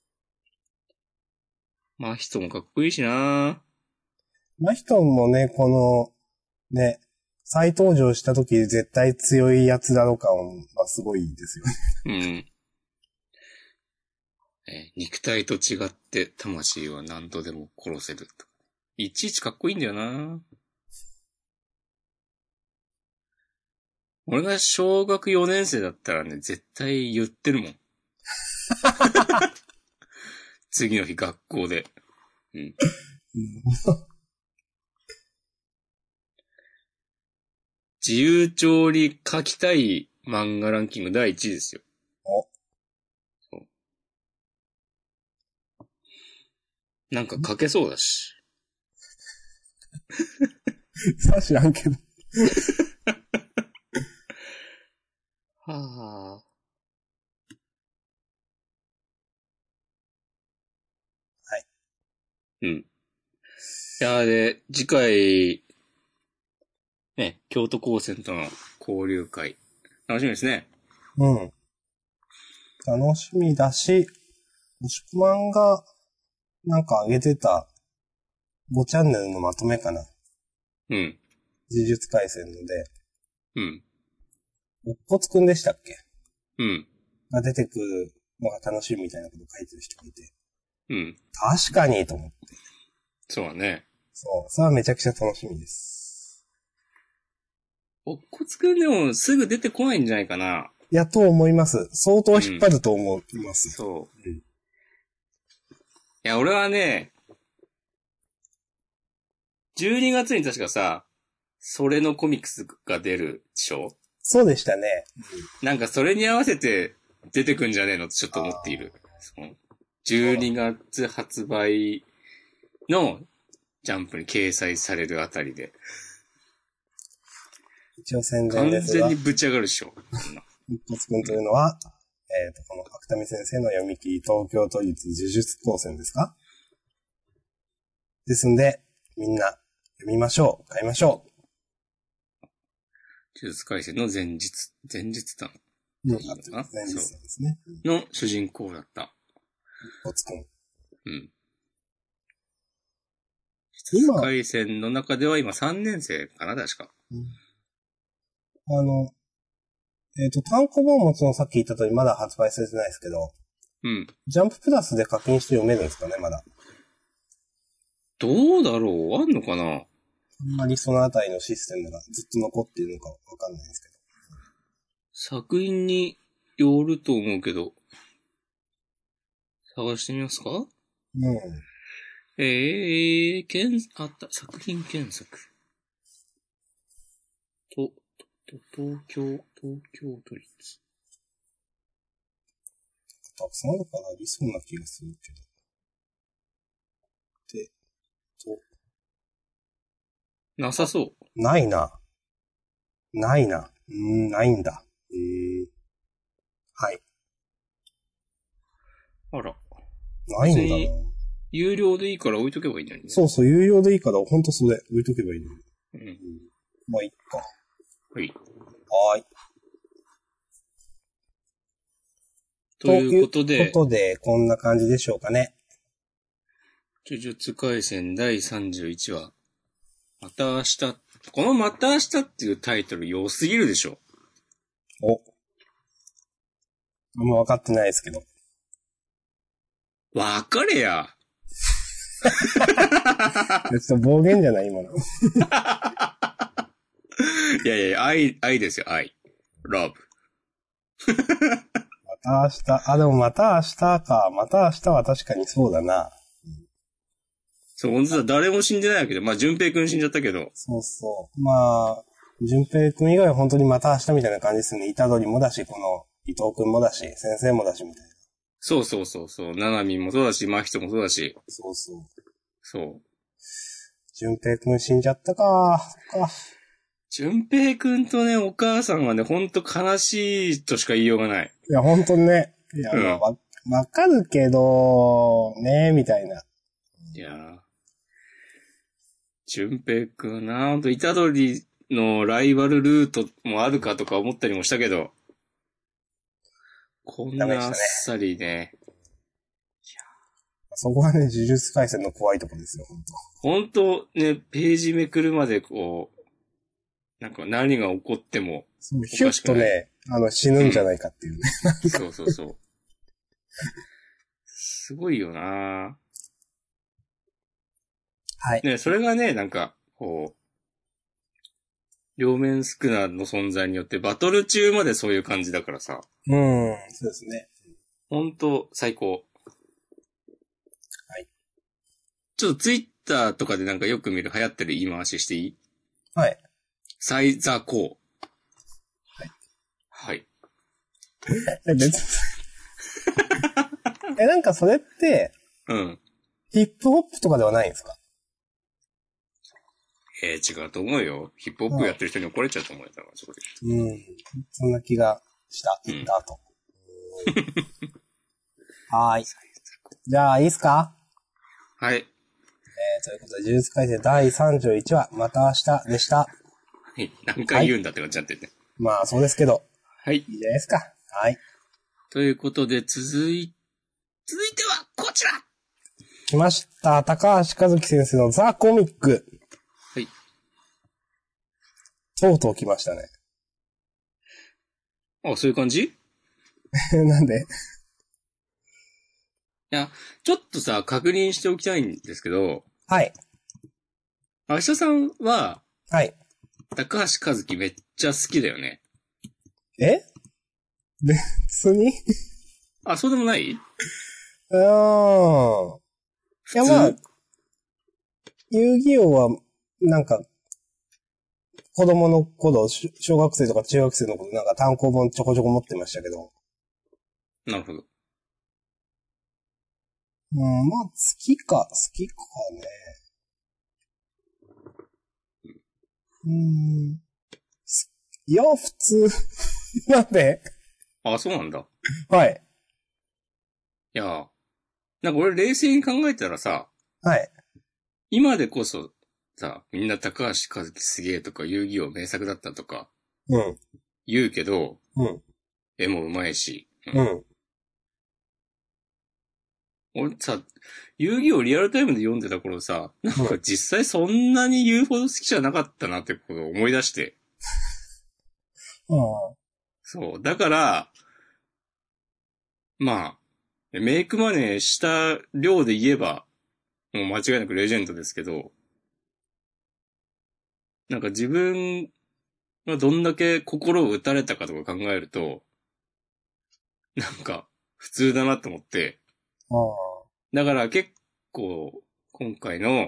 マヒトもかっこいいしな。 マヒトもね、この、ね、再登場した時絶対強いやつだろう感はすごいですよね。うん。え、肉体と違って魂は何度でも殺せると。いちいちかっこいいんだよな。俺が小学よねん生だったらね、絶対言ってるもん。次の日学校で。うん。自由帳に書きたい漫画ランキングだいいちいですよ。お。そう。なんか書けそうだし。 さあ知らんけど。 はあ。 はい。 うん。いや、で、次回、ね、京都高専との交流会。楽しみですね。 うん。楽しみだし、もしくまんが、なんか上げてた、ごチャンネルのまとめかな。 うん。 呪術廻戦ので。 うん。 おっこつくんでしたっけ？ うん。 が出てくるのが楽しいみたいなこと書いてる人がいて。 うん。 確かに、と思って。 そうだね。 そう。それはめちゃくちゃ楽しみです。 おっこつくんでもすぐ出てこないんじゃないかな。 いや、と思います。相当引っ張ると思います。 うん、そう。うん、いや、俺はね、じゅうにがつに確かさ、それのコミックスが出るでしょ？ そうでしたね。 うん、なんかそれに合わせて出てくんじゃねえのってちょっと思っている。じゅうにがつ発売のジャンプに掲載されるあたりで。 一応宣伝ですが。 完全にぶち上がるでしょ。 一発くんというのは、えっと、この芥見先生の読み切り東京都立呪術高専ですか？ですんで、みんな読みましょう。買いましょう。 呪術廻戦の前日、前日談。 うん、前日談ですね。 の主人公だった。 一発くん。 うん。呪術廻戦の中では今さんねん生かな、確か。 うん、あの、えっ、ー、と、単行本もそのさっき言った通りまだ発売されてないですけど、 うん。 ジャンププラスで課金して読めるんですかね、まだ。 どうだろうあんのかな。 あんまりそのあたりのシステムがずっと残っているのかわかんないんですけど。 作品によると思うけど、探してみますか？うん。えー、けん、あった、作品検索。と、と、東京、東京都立。 たくさんあるからありそうな気がするけど。で、と。 なさそう。 ないな。ないな。うーん、ないんだ。えー。はい。 あら。 ないんだな。 有料でいいから置いとけばいいんだよね。 そうそう、有料でいいから、ほんとそれ、置いとけばいいのに。 うん。 まあ、いっか。 はい。 はーい。 ということで。 ということで、こんな感じでしょうかね。 呪術廻戦だいさんじゅういちわ。また明日。このまた明日っていうタイトル良すぎるでしょ。 お。あんま分かってないですけど。 わかれや。 ちょっと暴言じゃない今の。 いやいや、愛、愛ですよ、愛。love。 また明日、あ、でもまた明日か。また明日は確かにそうだな。 そう、本当だ、誰も死んでないわけで。まあ、淳平くん死んじゃったけど。 そうそう。まあ、淳平くん以外は本当にまた明日みたいな感じですね。虎杖もだし、この伊藤くんもだし、先生もだしみたいな。 そうそうそうそう。ななみんもそうだし、真人もそうだし。 そうそう。 そう。 淳平くん死んじゃったか。か。 淳平くんとね、お母さんはね、ほんと悲しいとしか言いようがない。 いや、ほんとね。いや、うん、まあ、わ、わかるけど、ねみたいな。 いやー。淳平くんな、ほんと、虎杖のライバルルートもあるかとか思ったりもしたけど、こんなあっさりね。いやそこはね、呪術廻戦の怖いとこですよ、ほんと。 ほんとね、ページめくるまでこう、なんか何が起こってもそう、ヒュッとね、あの、死ぬんじゃないかっていうね。 うん、そうそうそう。すごいよなはい。 ね、それがね、なんか、こう、両面スクナーの存在によってバトル中までそういう感じだからさ。 うん、そうですね。 ほんと最高。 はい。 ちょっとツイッターとかでなんかよく見る流行ってる言い回ししていい？ はい。 サイザコー。 はい。 はい。 え、別に。え、なんかそれって、 うん。 ヒップホップとかではないんですか？ えー、違うと思うよ。ヒップホップやってる人に怒られちゃうと思うよ。だからそこで。 うん。そんな気がした。言った後。うん、はーい。じゃあ、いいっすか？ はい。 えー、ということで、呪術廻戦だいさんじゅういちわ、また明日でした。はい。 何回言うんだって感じになってね。 まあ、そうですけど。 はい。いいいじゃないですか。はい。 ということで、続い、続いては、こちら来ました。高橋和樹先生のザ・コミック。 はい。 とうとう来ましたね。 あ、そういう感じ？ なんで？ いや、ちょっとさ、確認しておきたいんですけど。 はい。 明日さんは、 はい。 高橋和樹めっちゃ好きだよね。 え？別にあ、そうでもない？ うーん。いや、まあ、遊戯王は、なんか、子供の頃、小学生とか中学生の頃、なんか単行本ちょこちょこ持ってましたけど。 なるほど。 うん、まあ、好きか、好きかね。うん。いや、普通。なんで？ あ、そうなんだ。 はい。 いや、なんか俺冷静に考えたらさ、 はい。 今でこそさ、みんな高橋和樹すげえとか遊戯王名作だったとか、 うん。 言うけど、 うん。 絵も上手いし、 うん。うん。 俺さ、遊戯王リアルタイムで読んでた頃さ、なんか実際そんなに言うほど好きじゃなかったなってことを思い出して。 うん。 そう。だから、まあ、メイクマネーした量で言えば、もう間違いなくレジェンドですけど、なんか自分がどんだけ心を打たれたかとか考えると、なんか普通だなと思って、 ああ。 だから結構今回の、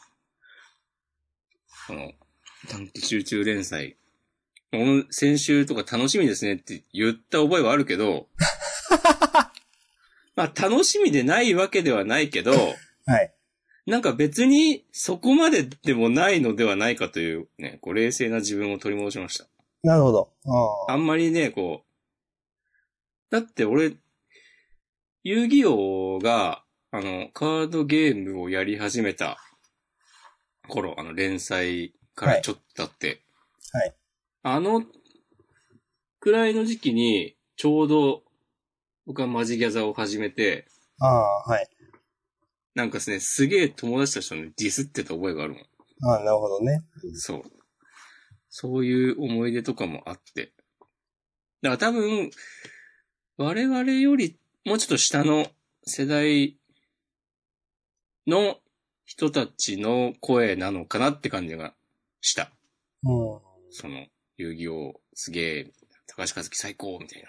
この短期集中連載、先週とか楽しみですねって言った覚えはあるけど、まあ楽しみでないわけではないけど、 はい。 なんか別にそこまででもないのではないかというね、こう冷静な自分を取り戻しました。 なるほど。 ああんまりね、こう、だって俺、遊戯王が、あの、カードゲームをやり始めた頃、あの連載からちょっと経って、 はい。はい、 あのくらいの時期に、ちょうど僕はマジギャザを始めて、 ああ、はい。 なんかですね、すげえ友達たちとね、ディスってた覚えがあるもん。 ああ、なるほどね。 そう。そういう思い出とかもあって。だから多分、我々よりもうちょっと下の世代の人たちの声なのかなって感じがした。 うん。 その、遊戯王すげえ、高橋和樹最高みたいな。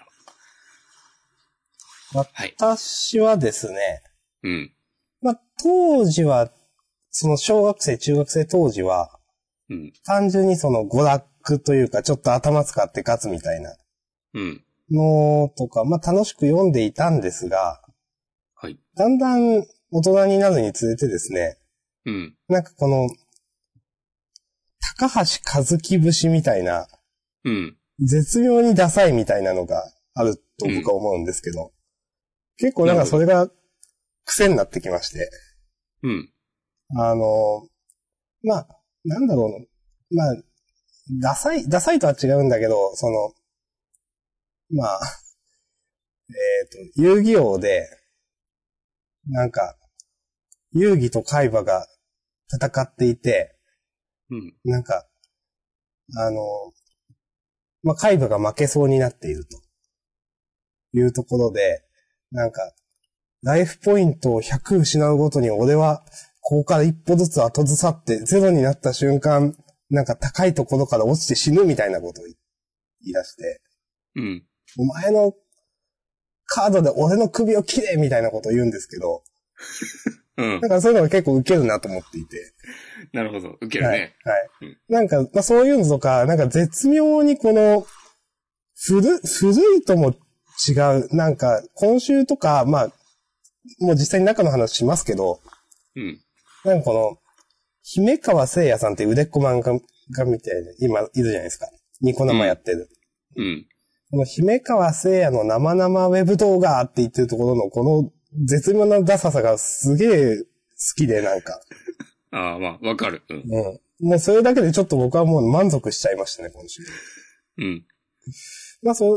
私はですね、 うん。 まあ、当時は、その小学生、中学生当時は、 うん。 単純にその娯楽というか、ちょっと頭使って勝つみたいなうん。 のとか、まあ、楽しく読んでいたんですが、 はい。 だんだん大人になるにつれてですね、 うん。 なんかこの、高橋和樹節みたいな、 うん。 絶妙にダサいみたいなのがあると僕は思うんですけど、うん、結構なんかそれが癖になってきまして。 うん。 あの、まあ、なんだろうな。まあ、ダサい、ダサいとは違うんだけど、その、まあ、えっと、遊戯王で、なんか、遊戯と海馬が戦っていて、 うん。 なんか、あの、まあ、海馬が負けそうになっているというところで、なんか、ライフポイントをひゃく失うごとに俺は、ここから一歩ずつ後ずさってゼロになった瞬間、なんか高いところから落ちて死ぬみたいなことを言い出して、 うん。 お前のカードで俺の首を切れみたいなことを言うんですけど、 うん。 なんかそういうのが結構ウケるなと思っていて。 なるほど。ウケるね。 はい。はい。 うん、 なんか、まあ、そういうのとか、なんか絶妙にこの、古、古いとも違う。なんか、今週とか、まあ、もう実際に中の話しますけど、 うん。 なんかこの、姫川聖也さんって腕っ子漫画が見て、今いるじゃないですか。ニコ生やってる。 うん。うん、 この姫川聖也の生々ウェブ動画って言ってるところの、この絶妙なダサさがすげえ好きで、なんか。 ああ、まあ、わかる。うん。 うん。もうそれだけでちょっと僕はもう満足しちゃいましたね、今週。 うん。 まあ、そう、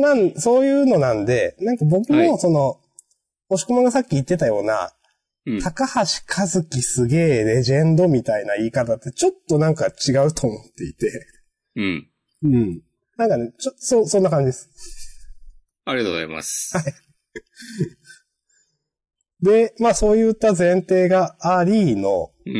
なん、そういうのなんで、なんか僕もその、はい、押し込まがさっき言ってたような、うん、高橋和樹すげえレジェンドみたいな言い方ってちょっとなんか違うと思っていて。 うん。 うん。なんかね、ちょっと、そ、そんな感じです。 ありがとうございます。はい。 で、まあそういった前提がありの、 うん。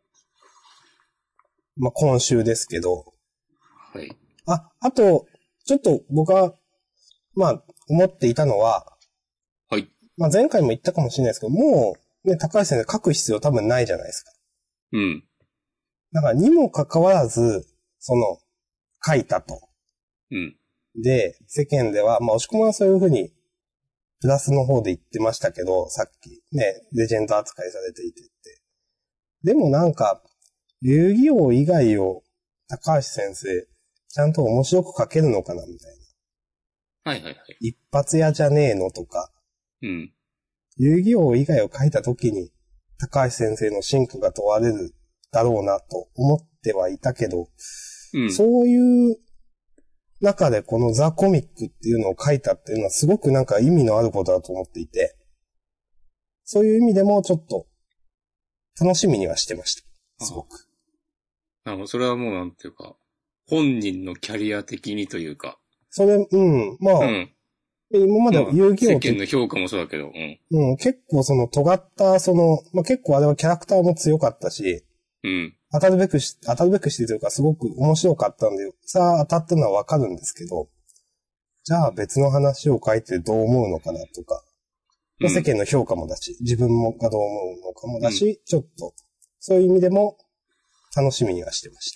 まあ今週ですけど。 はい。 あ、あと、ちょっと僕は、まあ思っていたのは、 はい。 まあ前回も言ったかもしれないですけど、もう、ね、高橋先生書く必要多分ないじゃないですか。 うん。 だからにもかかわらず、その、書いたと。 うん。 で、世間では、まあ押し込まはそういうふうに、プラスの方で言ってましたけど、さっき、ね、レジェンド扱いされていてって。でもなんか、遊戯王以外を、高橋先生、ちゃんと面白く書けるのかなみたいな。はいはいはい。 一発屋じゃねえのとか。 うん。 遊戯王以外を書いた時に、高橋先生の進化が問われるだろうなと思ってはいたけど、うん、そういう中でこのザ・コミックっていうのを書いたっていうのはすごくなんか意味のあることだと思っていて。 そういう意味でもちょっと楽しみにはしてました。すごく。 あの、それはもうなんていうか、本人のキャリア的にというか。 それ、うん、まあ、うん、今まで遊戯王、 まあ、世間の評価もそうだけど、うん。 うん、結構その尖った、その、まあ結構あれはキャラクターも強かったし、 うん。 当たるべくし、当たるべくしてというかすごく面白かったんで、さあ当たったのはわかるんですけど、じゃあ別の話を書いてどう思うのかなとか、うん、世間の評価もだし、自分もがどう思うのかもだし、うん、ちょっと、そういう意味でも楽しみにはしてました。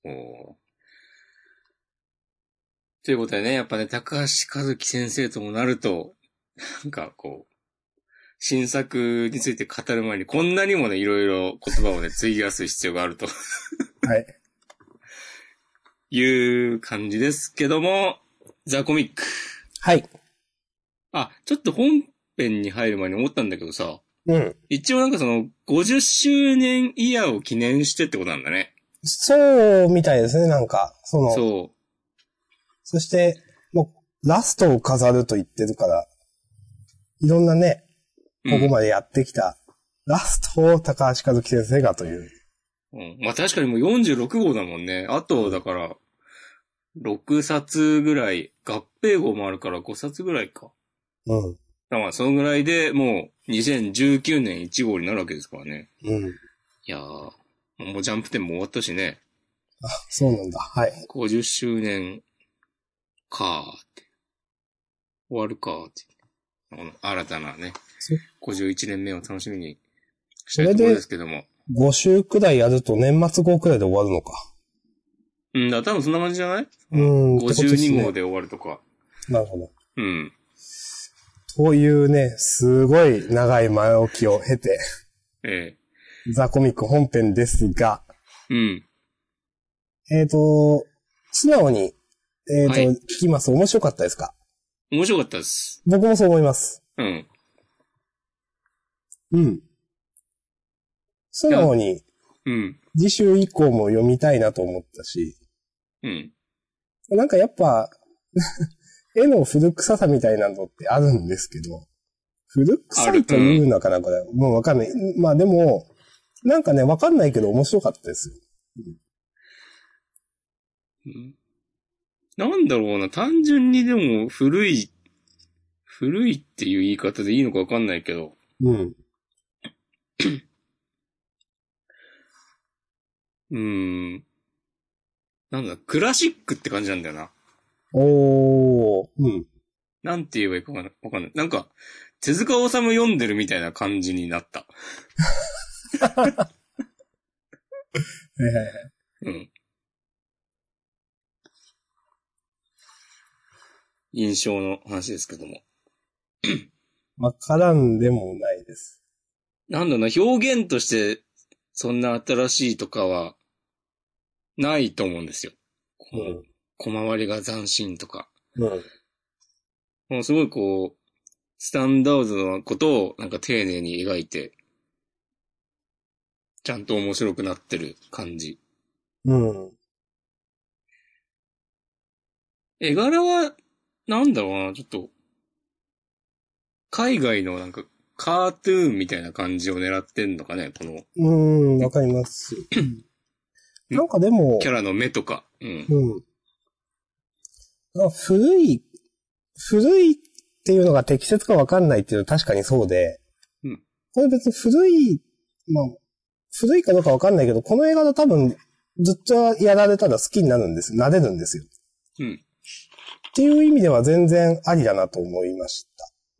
おということでね、やっぱね、高橋和樹先生ともなると、なんかこう、新作について語る前にこんなにもね、いろいろ言葉をね、費やす必要があると。 はい。 いう感じですけども、ザ・コミック。 はい。 あ、ちょっと本編に入る前に思ったんだけどさ。 うん。 一応なんかその、ごじゅっしゅうねんイヤーを記念してってことなんだね。 そうみたいですね、なんか。その。 そう。 そして、もう、ラストを飾ると言ってるから、いろんなね、ここまでやってきた、うん、ラストを高橋和樹先生がという。 うん。まあ確かにもうよんじゅうろくごうだもんね。あと、だから、ろくさつぐらい、合併号もあるからごさつぐらいか。 うん。 だからそのぐらいでもうにせんじゅうきゅうねんいち号になるわけですからね。 うん。 いやー、もうジャンプ展も終わったしね。 あ、そうなんだ。はい。 ごじゅっしゅうねんかーって。終わるかーって。新たなね、ごじゅういちねんめを楽しみにしたいところですけども。 ご週くらいやると年末号くらいで終わるのか。 うん、だ多分そんな感じじゃない？ うん。 ごじゅうに号で終わるとか。 なるほど。 うん。 というね、すごい長い前置きを経て。 ええ。 ザコミック本編ですが。 うん。 えっと、素直に、えっと、はい、聞きます。面白かったですか？ 面白かったです。 僕もそう思います。 うん。 うん。素直に、 うん。 次週以降も読みたいなと思ったし。 うん。 なんかやっぱ、絵の古臭さみたいなのってあるんですけど、古臭いというのかな、これ。もうわかんない。まあでも、なんかね、わかんないけど面白かったですよ。 うん、なんだろうな、単純にでも古い、古いっていう言い方でいいのかわかんないけど。 うん。 うーん。なんだ、クラシックって感じなんだよな。 おー、うん。 なんて言えばいいかわかんない。なんか、手塚治虫読んでるみたいな感じになった。うん。印象の話ですけども。 わからんでもないです。 なんだろうな、表現として、そんな新しいとかは、ないと思うんですよ。 うん。 小回りが斬新とか。 うん。 もうすごいこう、スタンダードなことをなんか丁寧に描いて、ちゃんと面白くなってる感じ。 うん。 絵柄は、なんだろうな、ちょっと、海外のなんか、カートゥーンみたいな感じを狙ってんのかね、この。 うん、わかります。なんかでも、 キャラの目とか。うん。 うん。古い、古いっていうのが適切かわかんないっていうのは確かにそうで、 うん。 これ別に古い、まあ、古いかどうかわかんないけど、この映画の多分、ずっとやられたら好きになるんです。なれるんですよ。 うん。 っていう意味では全然ありだなと思いました。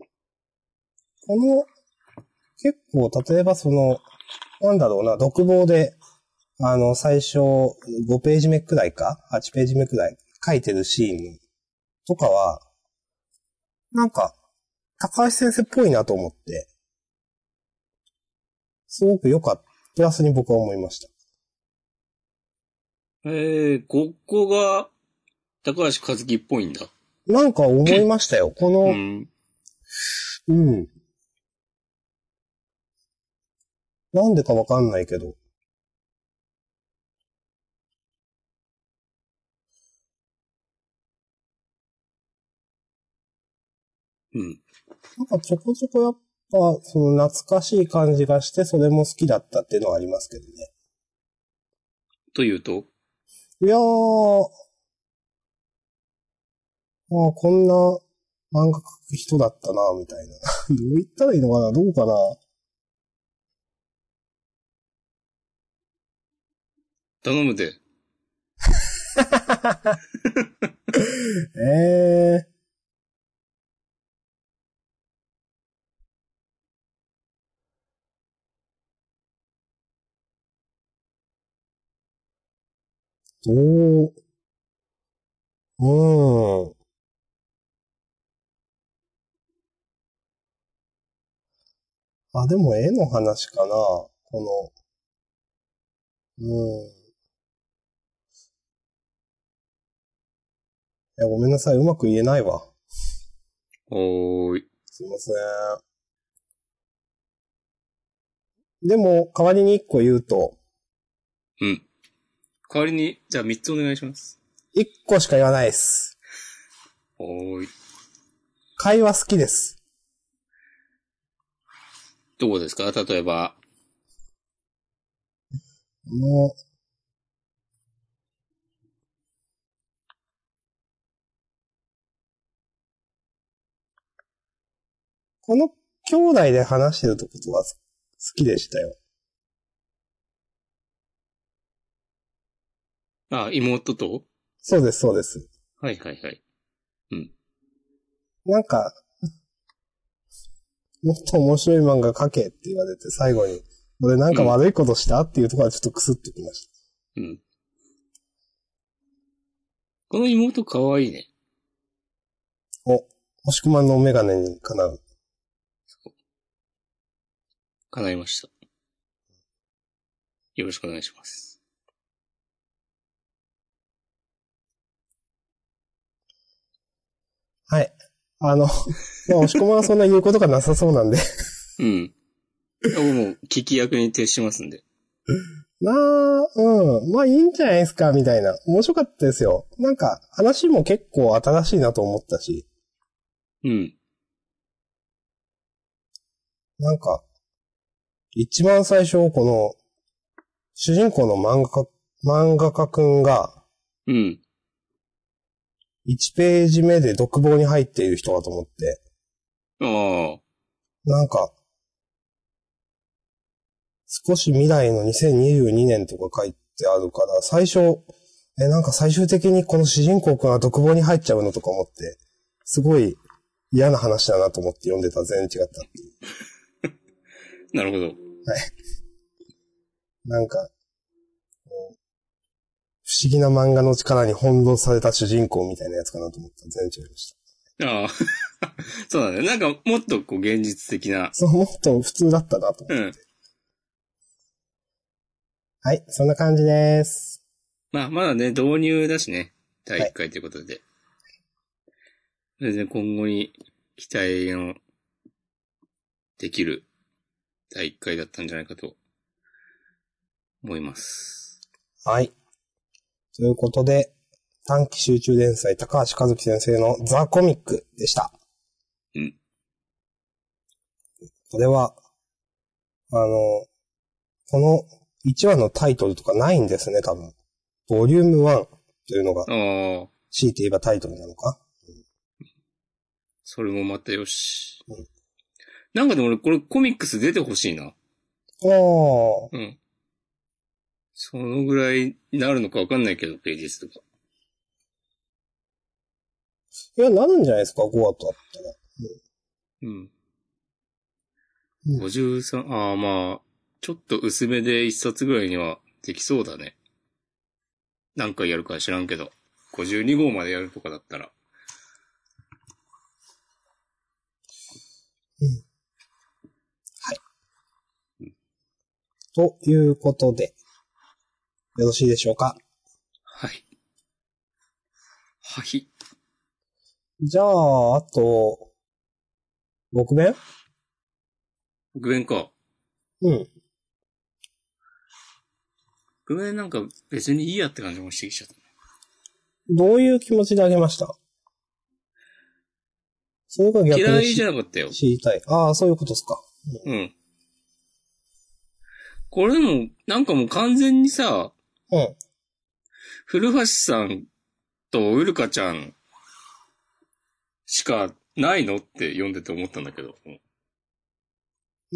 この、結構、例えばその、なんだろうな、独房で、あの、最初、ごページ目くらいか ?はち ページ目くらい書いてるシーンとかは、なんか、高橋先生っぽいなと思って、すごく良かった。プラスに僕は思いました。 えー、ここが、高橋和樹っぽいんだ。 なんか思いましたよ。この、 うん。 うん。なんでかわかんないけど。 うん。 なんかちょこちょこやっあ、その懐かしい感じがして、それも好きだったっていうのはありますけどね。 というといやー、あこんな漫画描く人だったな、みたいな。どう言ったらいいのかな、どうかな。 頼むで。 えー。どう、うーん。あ、でも絵の話かな。この、うん。いや、ごめんなさい。うまく言えないわ。 おーい。 すいません。でも、代わりに一個言うと、 うん。代わりに、じゃあ三つお願いします。 一個しか言わないです。 おーい。 会話好きです。 どうですか？例えば。 もう、この兄弟で話してるとことは好きでしたよ。 あ、妹とそうです、そうです。 はいはいはい。うん。 なんか、もっと面白い漫画描けって言われて最後に、俺なんか悪いことしたっていうところはちょっとクスッときました。 うん。この妹かわいいね。 お、押し込まんのメガネにかなう。 叶いました。よろしくお願いします。 はい。あの、まあ、押し込まんはそんな言うことがなさそうなんで。 うん。僕も聞き役に徹しますんで。 なあ、うん。まあいいんじゃないですか、みたいな。面白かったですよ。なんか、話も結構新しいなと思ったし。 うん。 なんか、一番最初、この、主人公の漫画家、漫画家くんが、 うん。 いちページ目で独房に入っている人だと思って、 ああ。 なんか、少し未来のにせんにじゅうにねんとか書いてあるから、最初、え、なんか最終的にこの主人公くんが独房に入っちゃうのとか思って、すごい嫌な話だなと思って読んでたら全然違ったっていう。 なるほど。 はい。なんか、不思議な漫画の力に翻弄された主人公みたいなやつかなと思ったら全然違いました。 ああ。そうだね。なんかもっとこう現実的な。 そう、もっと普通だったなと思って。うん。はい、そんな感じです。 まあ、まだね、導入だしね。だいいっかいということで。はい、全然今後に期待のできるだいいっかいだったんじゃないかと思います。 はい。ということで、短期集中連載高橋和樹先生のザ・コミックでした。 うん。 これは、あの、このいちわのタイトルとかないんですね、多分。ボリュームワンというのが、強いて言えばタイトルなのか、うん、 それもまたよし。うん、なんかでも俺これコミックス出てほしいな。ああ。うん。そのぐらいになるのかわかんないけど、ページ数とか。 いや、なるんじゃないですか、ごわとあったら。 うん。うん、ごじゅうさん、ああまあ、ちょっと薄めでいっさつぐらいにはできそうだね。何回やるか知らんけど。ごじゅうにごうまでやるとかだったら。 うん。はい。うん、ということで、よろしいでしょうか。 はい。はい。 じゃあ、あと、僕弁僕弁か。 うん。 僕弁なんか別にいいやって感じもしてきちゃった。 どういう気持ちであげました？ それが逆に嫌いじゃなかったよ。 知りたい。ああ、そういうことですか。 うん。うん。これでも、なんかもう完全にさ、 うん。 古橋さんとウルカちゃんしかないのって読んでて思ったんだけど。 うん、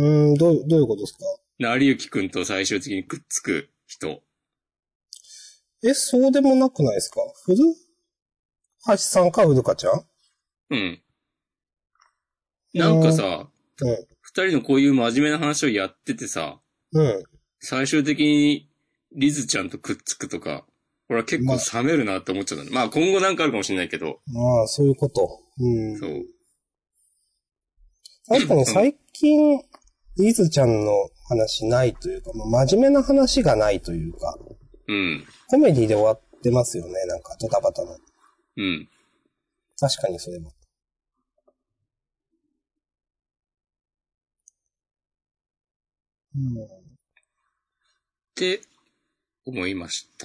うん、どう、どういうことですか？ 成幸くんと最終的にくっつく人。 え、そうでもなくないですか？古橋さんかウルカちゃん？ うん。なんかさ、 うん。 二人のこういう真面目な話をやっててさ、 うん。 最終的にリズちゃんとくっつくとか、これは結構冷めるなって思っちゃった、まあ、まあ今後なんかあるかもしれないけど。 まあ、そういうこと。うん。 そう。 確かに最近、リズちゃんの話ないというか、まあ、真面目な話がないというか、 うん。 コメディで終わってますよね、なんか、ドタバタの。 うん。 確かにそれも。うん。 って思いました。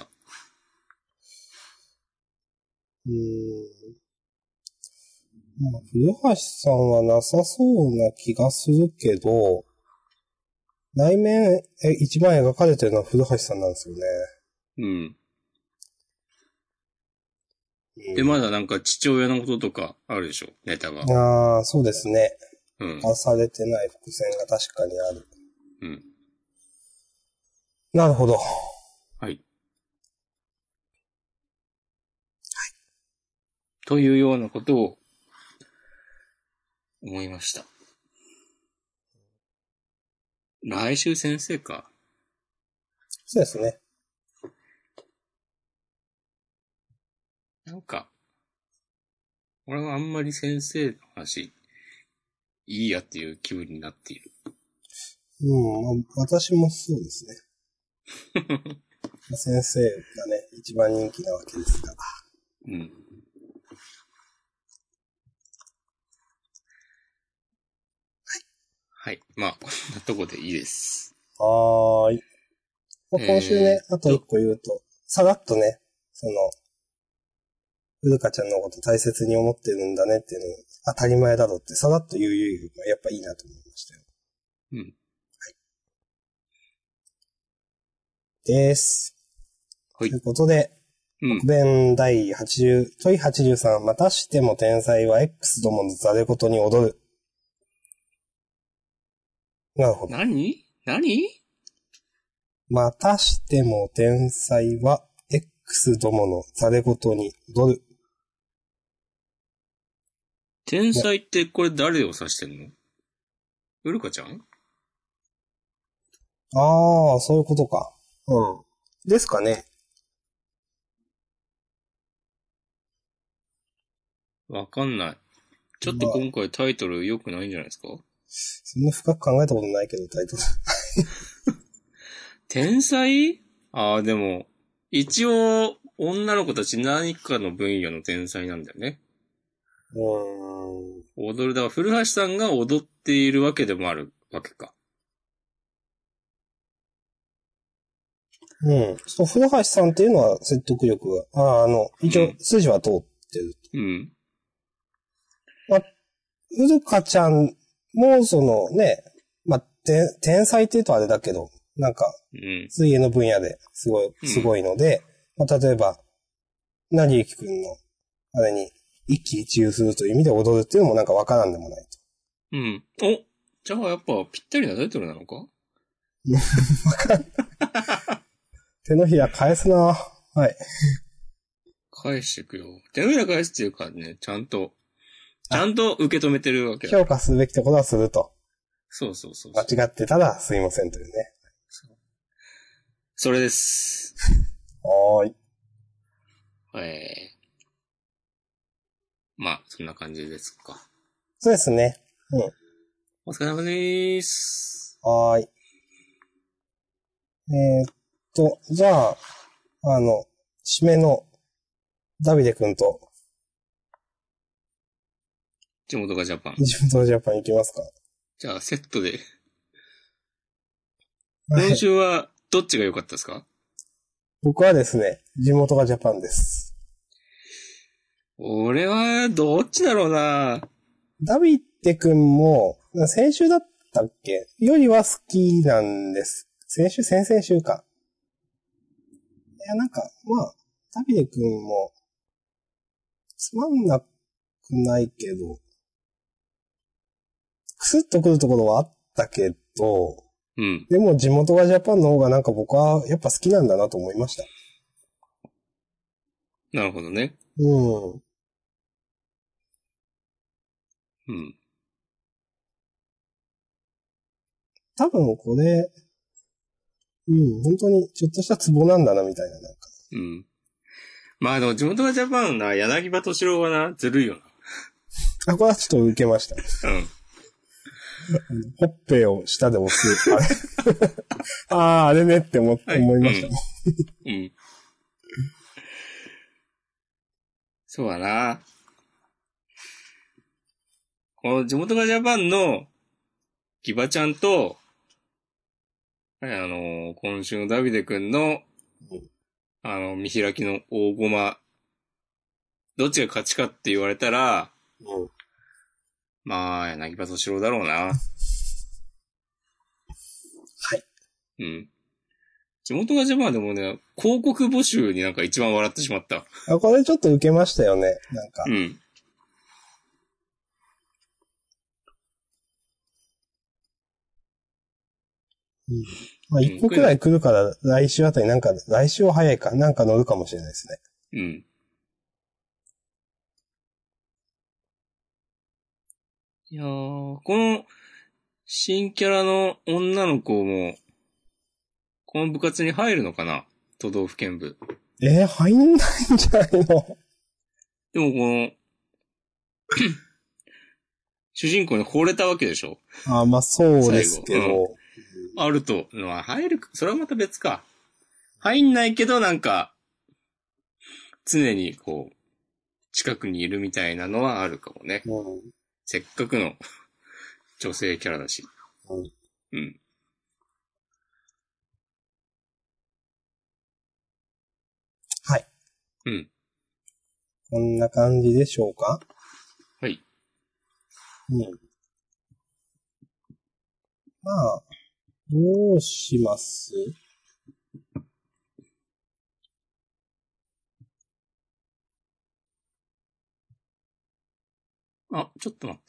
うーん。まあ、古橋さんはなさそうな気がするけど、内面、え、一番描かれてるのは古橋さんなんですよね。 うん。 うん、 で、まだなんか父親のこととかあるでしょ、ネタが。 ああ、そうですね。 うん。 明かされてない伏線が確かにある。 うん。 なるほど。 はい。というようなことを思いました。来週先生か。 そうですね。 なんか、俺はあんまり先生の話、いいやっていう気分になっている。 うん、まあ、私もそうですね。先生がね、一番人気なわけですから。 うん。はい。まあ、こんなとこでいいです。 はーい。まあ、今週ね、 えー、 あと一個言うと、さらっとね、その、うるかちゃんのこと大切に思ってるんだねっていうの当たり前だろうってさらっと言うゆいがやっぱいいなと思いましたよ。 うん。はい。 です。 はい。 ということで、 うん。 北弁だいはちじゅう、問いはちじゅうさん、またしても天才は X どものざれ言に踊る。なるほど。 何何またしても天才は X どものざれ言に踊る。 天才ってこれ誰を指してんの？うるかちゃん？ ああ、そういうことか。うん。ですかね。 わかんない。ちょっと今回タイトル良くないんじゃないですか？ そんな深く考えたことないけど、タイトル。 天才？ああ、でも、一応、女の子たち何かの分野の天才なんだよね。 うーん。 踊る。だから古橋さんが踊っているわけでもあるわけか。 うん。そう、古橋さんっていうのは説得力が、ああ、あの、一応、筋は通ってる。 うん。 まあ、うるかちゃんも、そのね、まあ、て天才って言うとあれだけど、なんか、 うん。 水泳の分野ですごい、すごいので、うん、まあ、例えば、成幸くんの、あれに、一喜一憂するという意味で踊るっていうのもなんかわからんでもないと。 うん。お、じゃあやっぱぴったりなタイトルなのか？わかん手のひら返すな。はい。 返していくよ。手のひら返すっていうかね、ちゃんと、ちゃんと受け止めてるわけだ。 評価すべきところはすると。 そうそうそうそう。間違ってたらすいませんというね。 そう。それです。 はーい。 えー。まあ、そんな感じですか。 そうですね。うん。 お疲れ様でーす。 はーい。えー、っと、じゃあ、あの、締めのダビデ君と、 地元がジャパン。 地元ジャパン行きますか？ じゃあ、セットで。今週は、どっちが良かったですか？ 僕はですね、地元がジャパンです。 俺は、どっちだろうな。 ダビデ君も、先週だったっけよりは好きなんです。先週、先々週か。いや、なんか、まあ、ダビデ君も、つまんなくないけど、クスッとくるところはあったけど、 うん。 でも地元がジャパンの方がなんか僕はやっぱ好きなんだなと思いました。 なるほどね。 うん。 うん。 多分これ、うん、本当にちょっとしたツボなんだなみたいな、なんか。 うん。まあでも地元がジャパンな、柳葉敏郎はな、ずるいよあ、これはちょっと受けました。 な。うん。 ほっぺを舌で押す。あれああ、あれねって思、 はい、 思いました。 うん。うん。そうだな。この地元がジャパンのギバちゃんと、あのー、今週のダビデ君の、あの、見開きの大駒、どっちが勝ちかって言われたら、 うん、 まあ、柳葉敏郎だろうな。 はい。 うん。地元がジャパンでもね、広告募集になんか一番笑ってしまった。 あ、これちょっと受けましたよね。なんか。 うん。 うん、まあ一個くらい来るから来週あたりなんか、来週は早いか、なんか乗るかもしれないですね。 うん。いやー、この新キャラの女の子も、この部活に入るのかな？都道府県部。 えー、入んないんじゃないの？ でもこの、主人公に惚れたわけでしょ？ ああ、まあそうですけど。 あると、まあ入るか、それはまた別か。入んないけどなんか、常にこう、近くにいるみたいなのはあるかもね。 うん、 せっかくの女性キャラだし。 うん。 うん。 はい。 うん。 こんな感じでしょうか？ はい。 うん。まあ、どうします？ あ、ちょっと待って。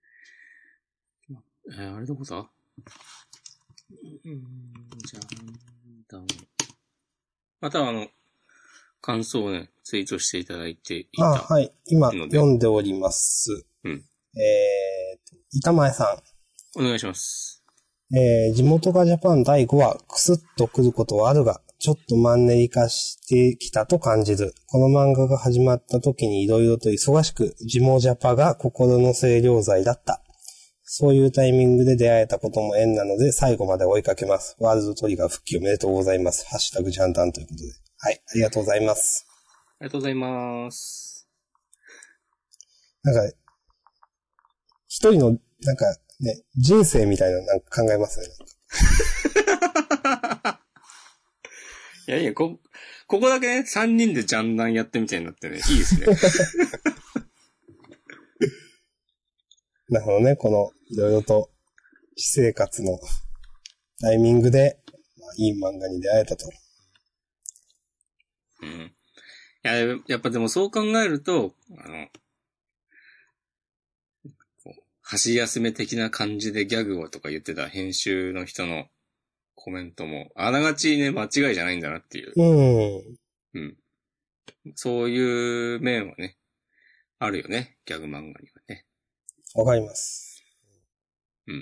えー、あれどこだ？うん、じゃあ、んまたあの、感想をね、ツイートしていただいていた。 あ、はい。今、読んでおります。 うん。 えーと、板前さん。お願いします。 えー、地元がジャパンだいごわ、クスッと来ることはあるが、ちょっとマンネリ化してきたと感じる。この漫画が始まった時に色々と忙しく、ジモジャパが心の清涼剤だった。そういうタイミングで出会えたことも縁なので、最後まで追いかけます。ワールドトリガー復帰おめでとうございます。ハッシュタグジャンダンということで。はい、ありがとうございます。 ありがとうございます。 なんか、一人の、なんかね、人生みたいなのなんか考えますよね。 いやいや、こ、ここだけね、三人でジャンダンやってみたいになってね、いいですね。 なるほどね、この、いろいろと、私生活のタイミングで、まあ、いい漫画に出会えたと。 うん。いや、やっぱでもそう考えると、あの、箸休め的な感じでギャグをとか言ってた編集の人のコメントも、あながちね、間違いじゃないんだなっていう。 うん。 うん。そういう面はね、あるよね、ギャグ漫画にはね。 わかります。 うん。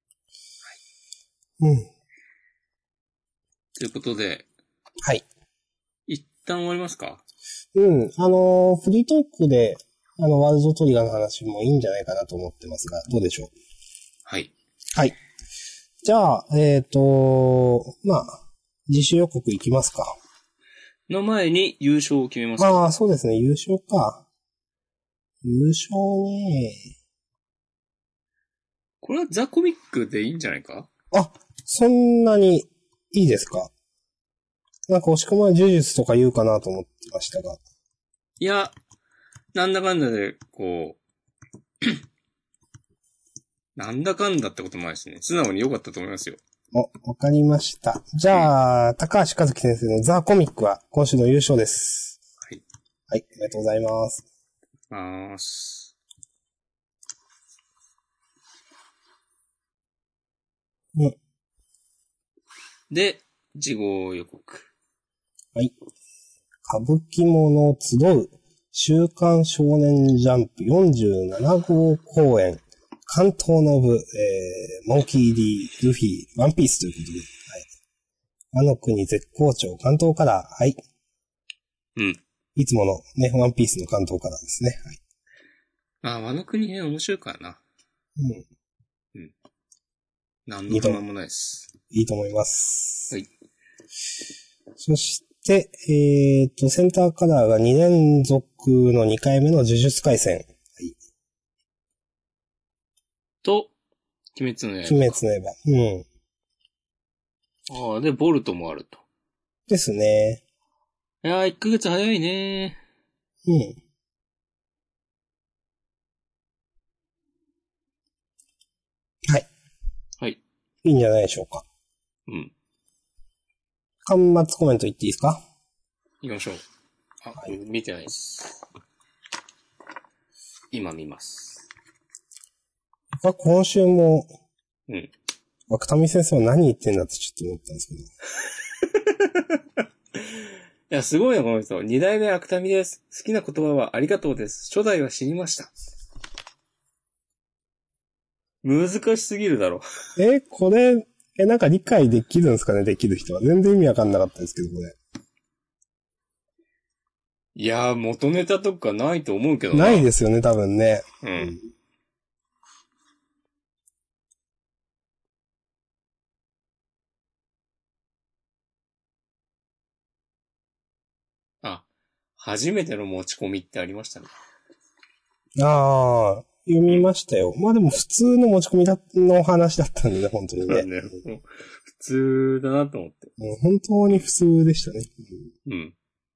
はい。うん。 ということで。 はい。 一旦終わりますか？ うん。あのー、フリートークで、あの、ワールドトリガーの話もいいんじゃないかなと思ってますが、どうでしょう？ はい。 はい。じゃあ、えっと、まあ、自主予告いきますか。 の前に優勝を決めますか？ ああ、そうですね、優勝か。優勝ね。 これはザコミックでいいんじゃないか？ あ、そんなにいいですか？なんか押し込まれ呪術とか言うかなと思ってましたが。 いや、なんだかんだで、こう、 なんだかんだってこともないしね。素直に良かったと思いますよ。 お、わかりました。じゃあ、うん、高橋和樹先生のザ・コミックは今週の優勝です。 はい。 はい、ありがとうございます。 あーす。 うん。 で、次号予告。 はい。歌舞伎者集う、週刊少年ジャンプよんじゅうなな号公演、関東の部、えー、モンキー D、ルフィ、ワンピースということで、はい。和の国絶好調、関東カラー、はい。 うん。 いつものね、ワンピースの関東カラーですね、はい。 あ、和の国ね、面白いからな。うん。うん。何の不満もないです。 いいと思います。 はい。 そして、えーと、センターカラーがに連続のにかいめの呪術廻戦。はい。 と、鬼滅の刃。 鬼滅の刃。 うん。ああ、で、ボルトもあると。 ですね。 いやー、いっかげつ早いねー。うん。はい。 はい。 いいんじゃないでしょうか。 うん。 端末コメント言っていいですか？ 行きましょう。あ、はい、見てないです。今見ます。 今週も、 うん。 芥見先生は何言ってんだってちょっと思ったんですけど。いや、すごいな、この人。二代目芥見です。好きな言葉はありがとうです。初代は死にました。難しすぎるだろ。 え、これ、え、なんか理解できるんですかね、できる人は。全然意味わかんなかったですけど、これ。 いやー、元ネタとかないと思うけどな。 ないですよね、多分ね。 うん。うん、あ、初めての持ち込みってありましたね。 ああ、読みましたよ。うん、まあでも普通の持ち込みだの話だったんでね、本当にね。 ね、普通だなと思って、 うん。本当に普通でしたね。 うん。うん、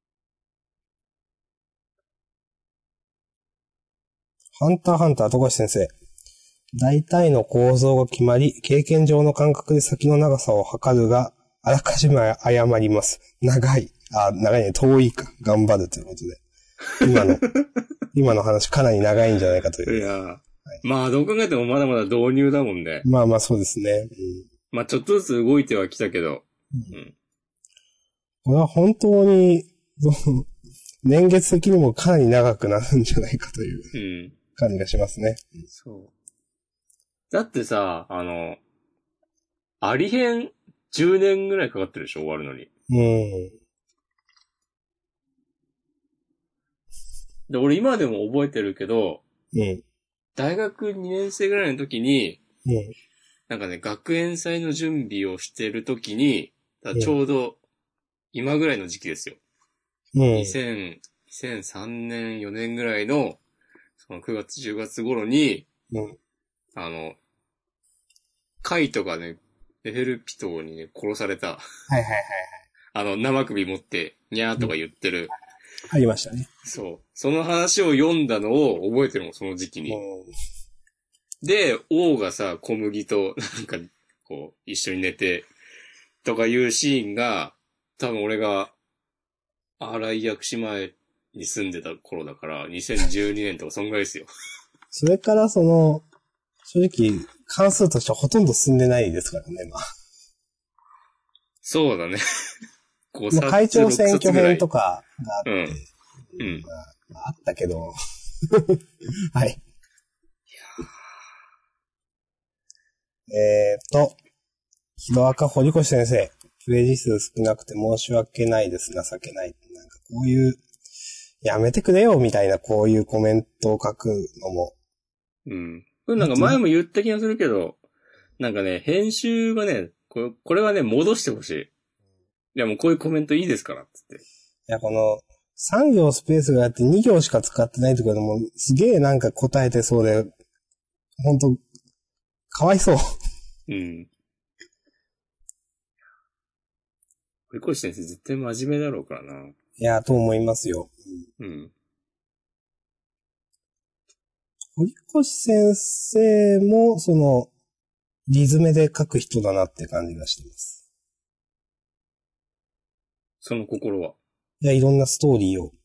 ハンターハンター、富樫先生。大体の構造が決まり、経験上の感覚で先の長さを測るが、あらかじめ誤ります。長い。あ、長いね、遠いか。頑張るということで。今の、今の話かなり長いんじゃないかという。 いや、はい、まあどう考えてもまだまだ導入だもんね。 まあまあそうですね。うん、 まあちょっとずつ動いてはきたけど。うん。うん、 これは本当に、年月的にもかなり長くなるんじゃないかという感じがしますね。 うん、そう。だってさ、あの、ありへんじゅうねんぐらいかかってるでしょ、終わるのに。 うん。 で、俺今でも覚えてるけど、 うん。 大学にねん生ぐらいの時に、 うん。 なんかね、学園祭の準備をしてる時に、ちょうど今ぐらいの時期ですよ。うん。にせん、にせんさんねん、よねんぐらいの、そのくがつ、じゅうがつ頃に、うん。あの、カイトがね、ネフェルピトーにね、殺された。 はいはいはいはい。 あの、生首持って、にゃーとか言ってる。 うん、ありましたね。 そう。その話を読んだのを覚えてるもん、その時期に。で、王がさ、小麦と、なんか、こう、一緒に寝て、とかいうシーンが、多分俺が、荒井薬師前に住んでた頃だから、にせんじゅうにねんとかそんぐらいですよ。 それからその、正直、関数としてはほとんど進んでないですからね、まあ。 そうだね。 ごさつ、会長選挙編とかがあって、 うん。うん。 まあ、まあ、あったけど、はい。いやえーと、ヒロアカ堀越先生、プレイ時数少なくて申し訳ないです、情けない。なんかこういう、やめてくれよみたいなこういうコメントを書くのも。 うん。これなんか前も言った気がするけど、なんかね、編集がね、これ、これはね、戻してほしい。いやもうこういうコメントいいですから、つって。いや、この、さん行スペースがあってに行しか使ってないとかでも、すげえなんか答えてそうで、ほんと、かわいそう。うん。 堀越先生絶対真面目だろうからな。 いや、と思いますよ。 うん。 堀越先生も、その、リズムで書く人だなって感じがしてます。 その心は。 いや、いろんなストーリーを。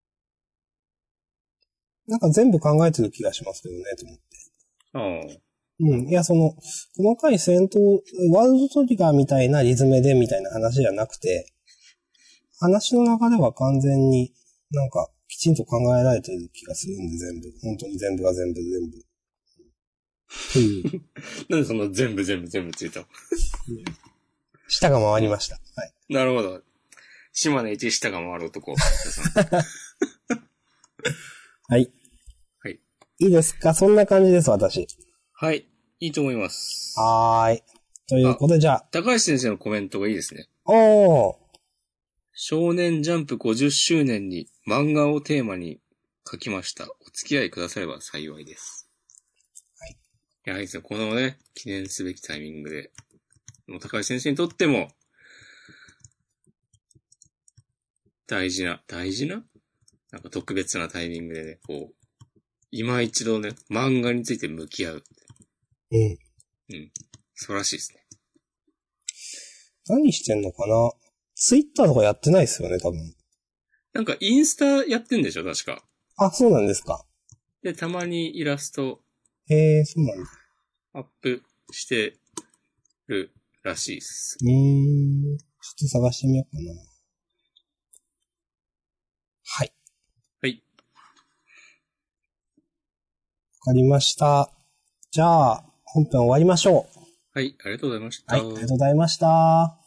なんか全部考えてる気がしますけどね、と思って。 ああ。 うん。いや、その、細かい戦闘、ワールドトリガーみたいなリズムでみたいな話じゃなくて、話の中では完全になんかきちんと考えられてる気がするんで、全部。本当に全部が全部全部。という。 なんでその全部全部全部ついたの？ 舌が回りました。はい。 なるほど。島根一舌が回る男。 はい。 はい。 いいですか？そんな感じです、私。 はい。いいと思います。 はーい。ということで、じゃあ。 高橋先生のコメントがいいですね。 おー。少年ジャンプごじゅっしゅうねんに漫画をテーマに書きました。お付き合いくだされば幸いです。 はい。 やはりですね、このね、記念すべきタイミングで、もう高橋先生にとっても、大事な、大事ななんか特別なタイミングでね、こう、今一度ね、漫画について向き合う。 うん。 うん。素晴らしいですね。 何してんのかな？ツイッターとかやってないですよね、多分。 なんかインスタやってんでしょ、確か。 あ、そうなんですか。 で、たまにイラスト。 へえ、そうなんだ。 アップしてるらしいです。 うーん。ちょっと探してみようかな。はい。 はい。 わかりました。じゃあ、本編終わりましょう。 はい、ありがとうございました。 はい、ありがとうございました。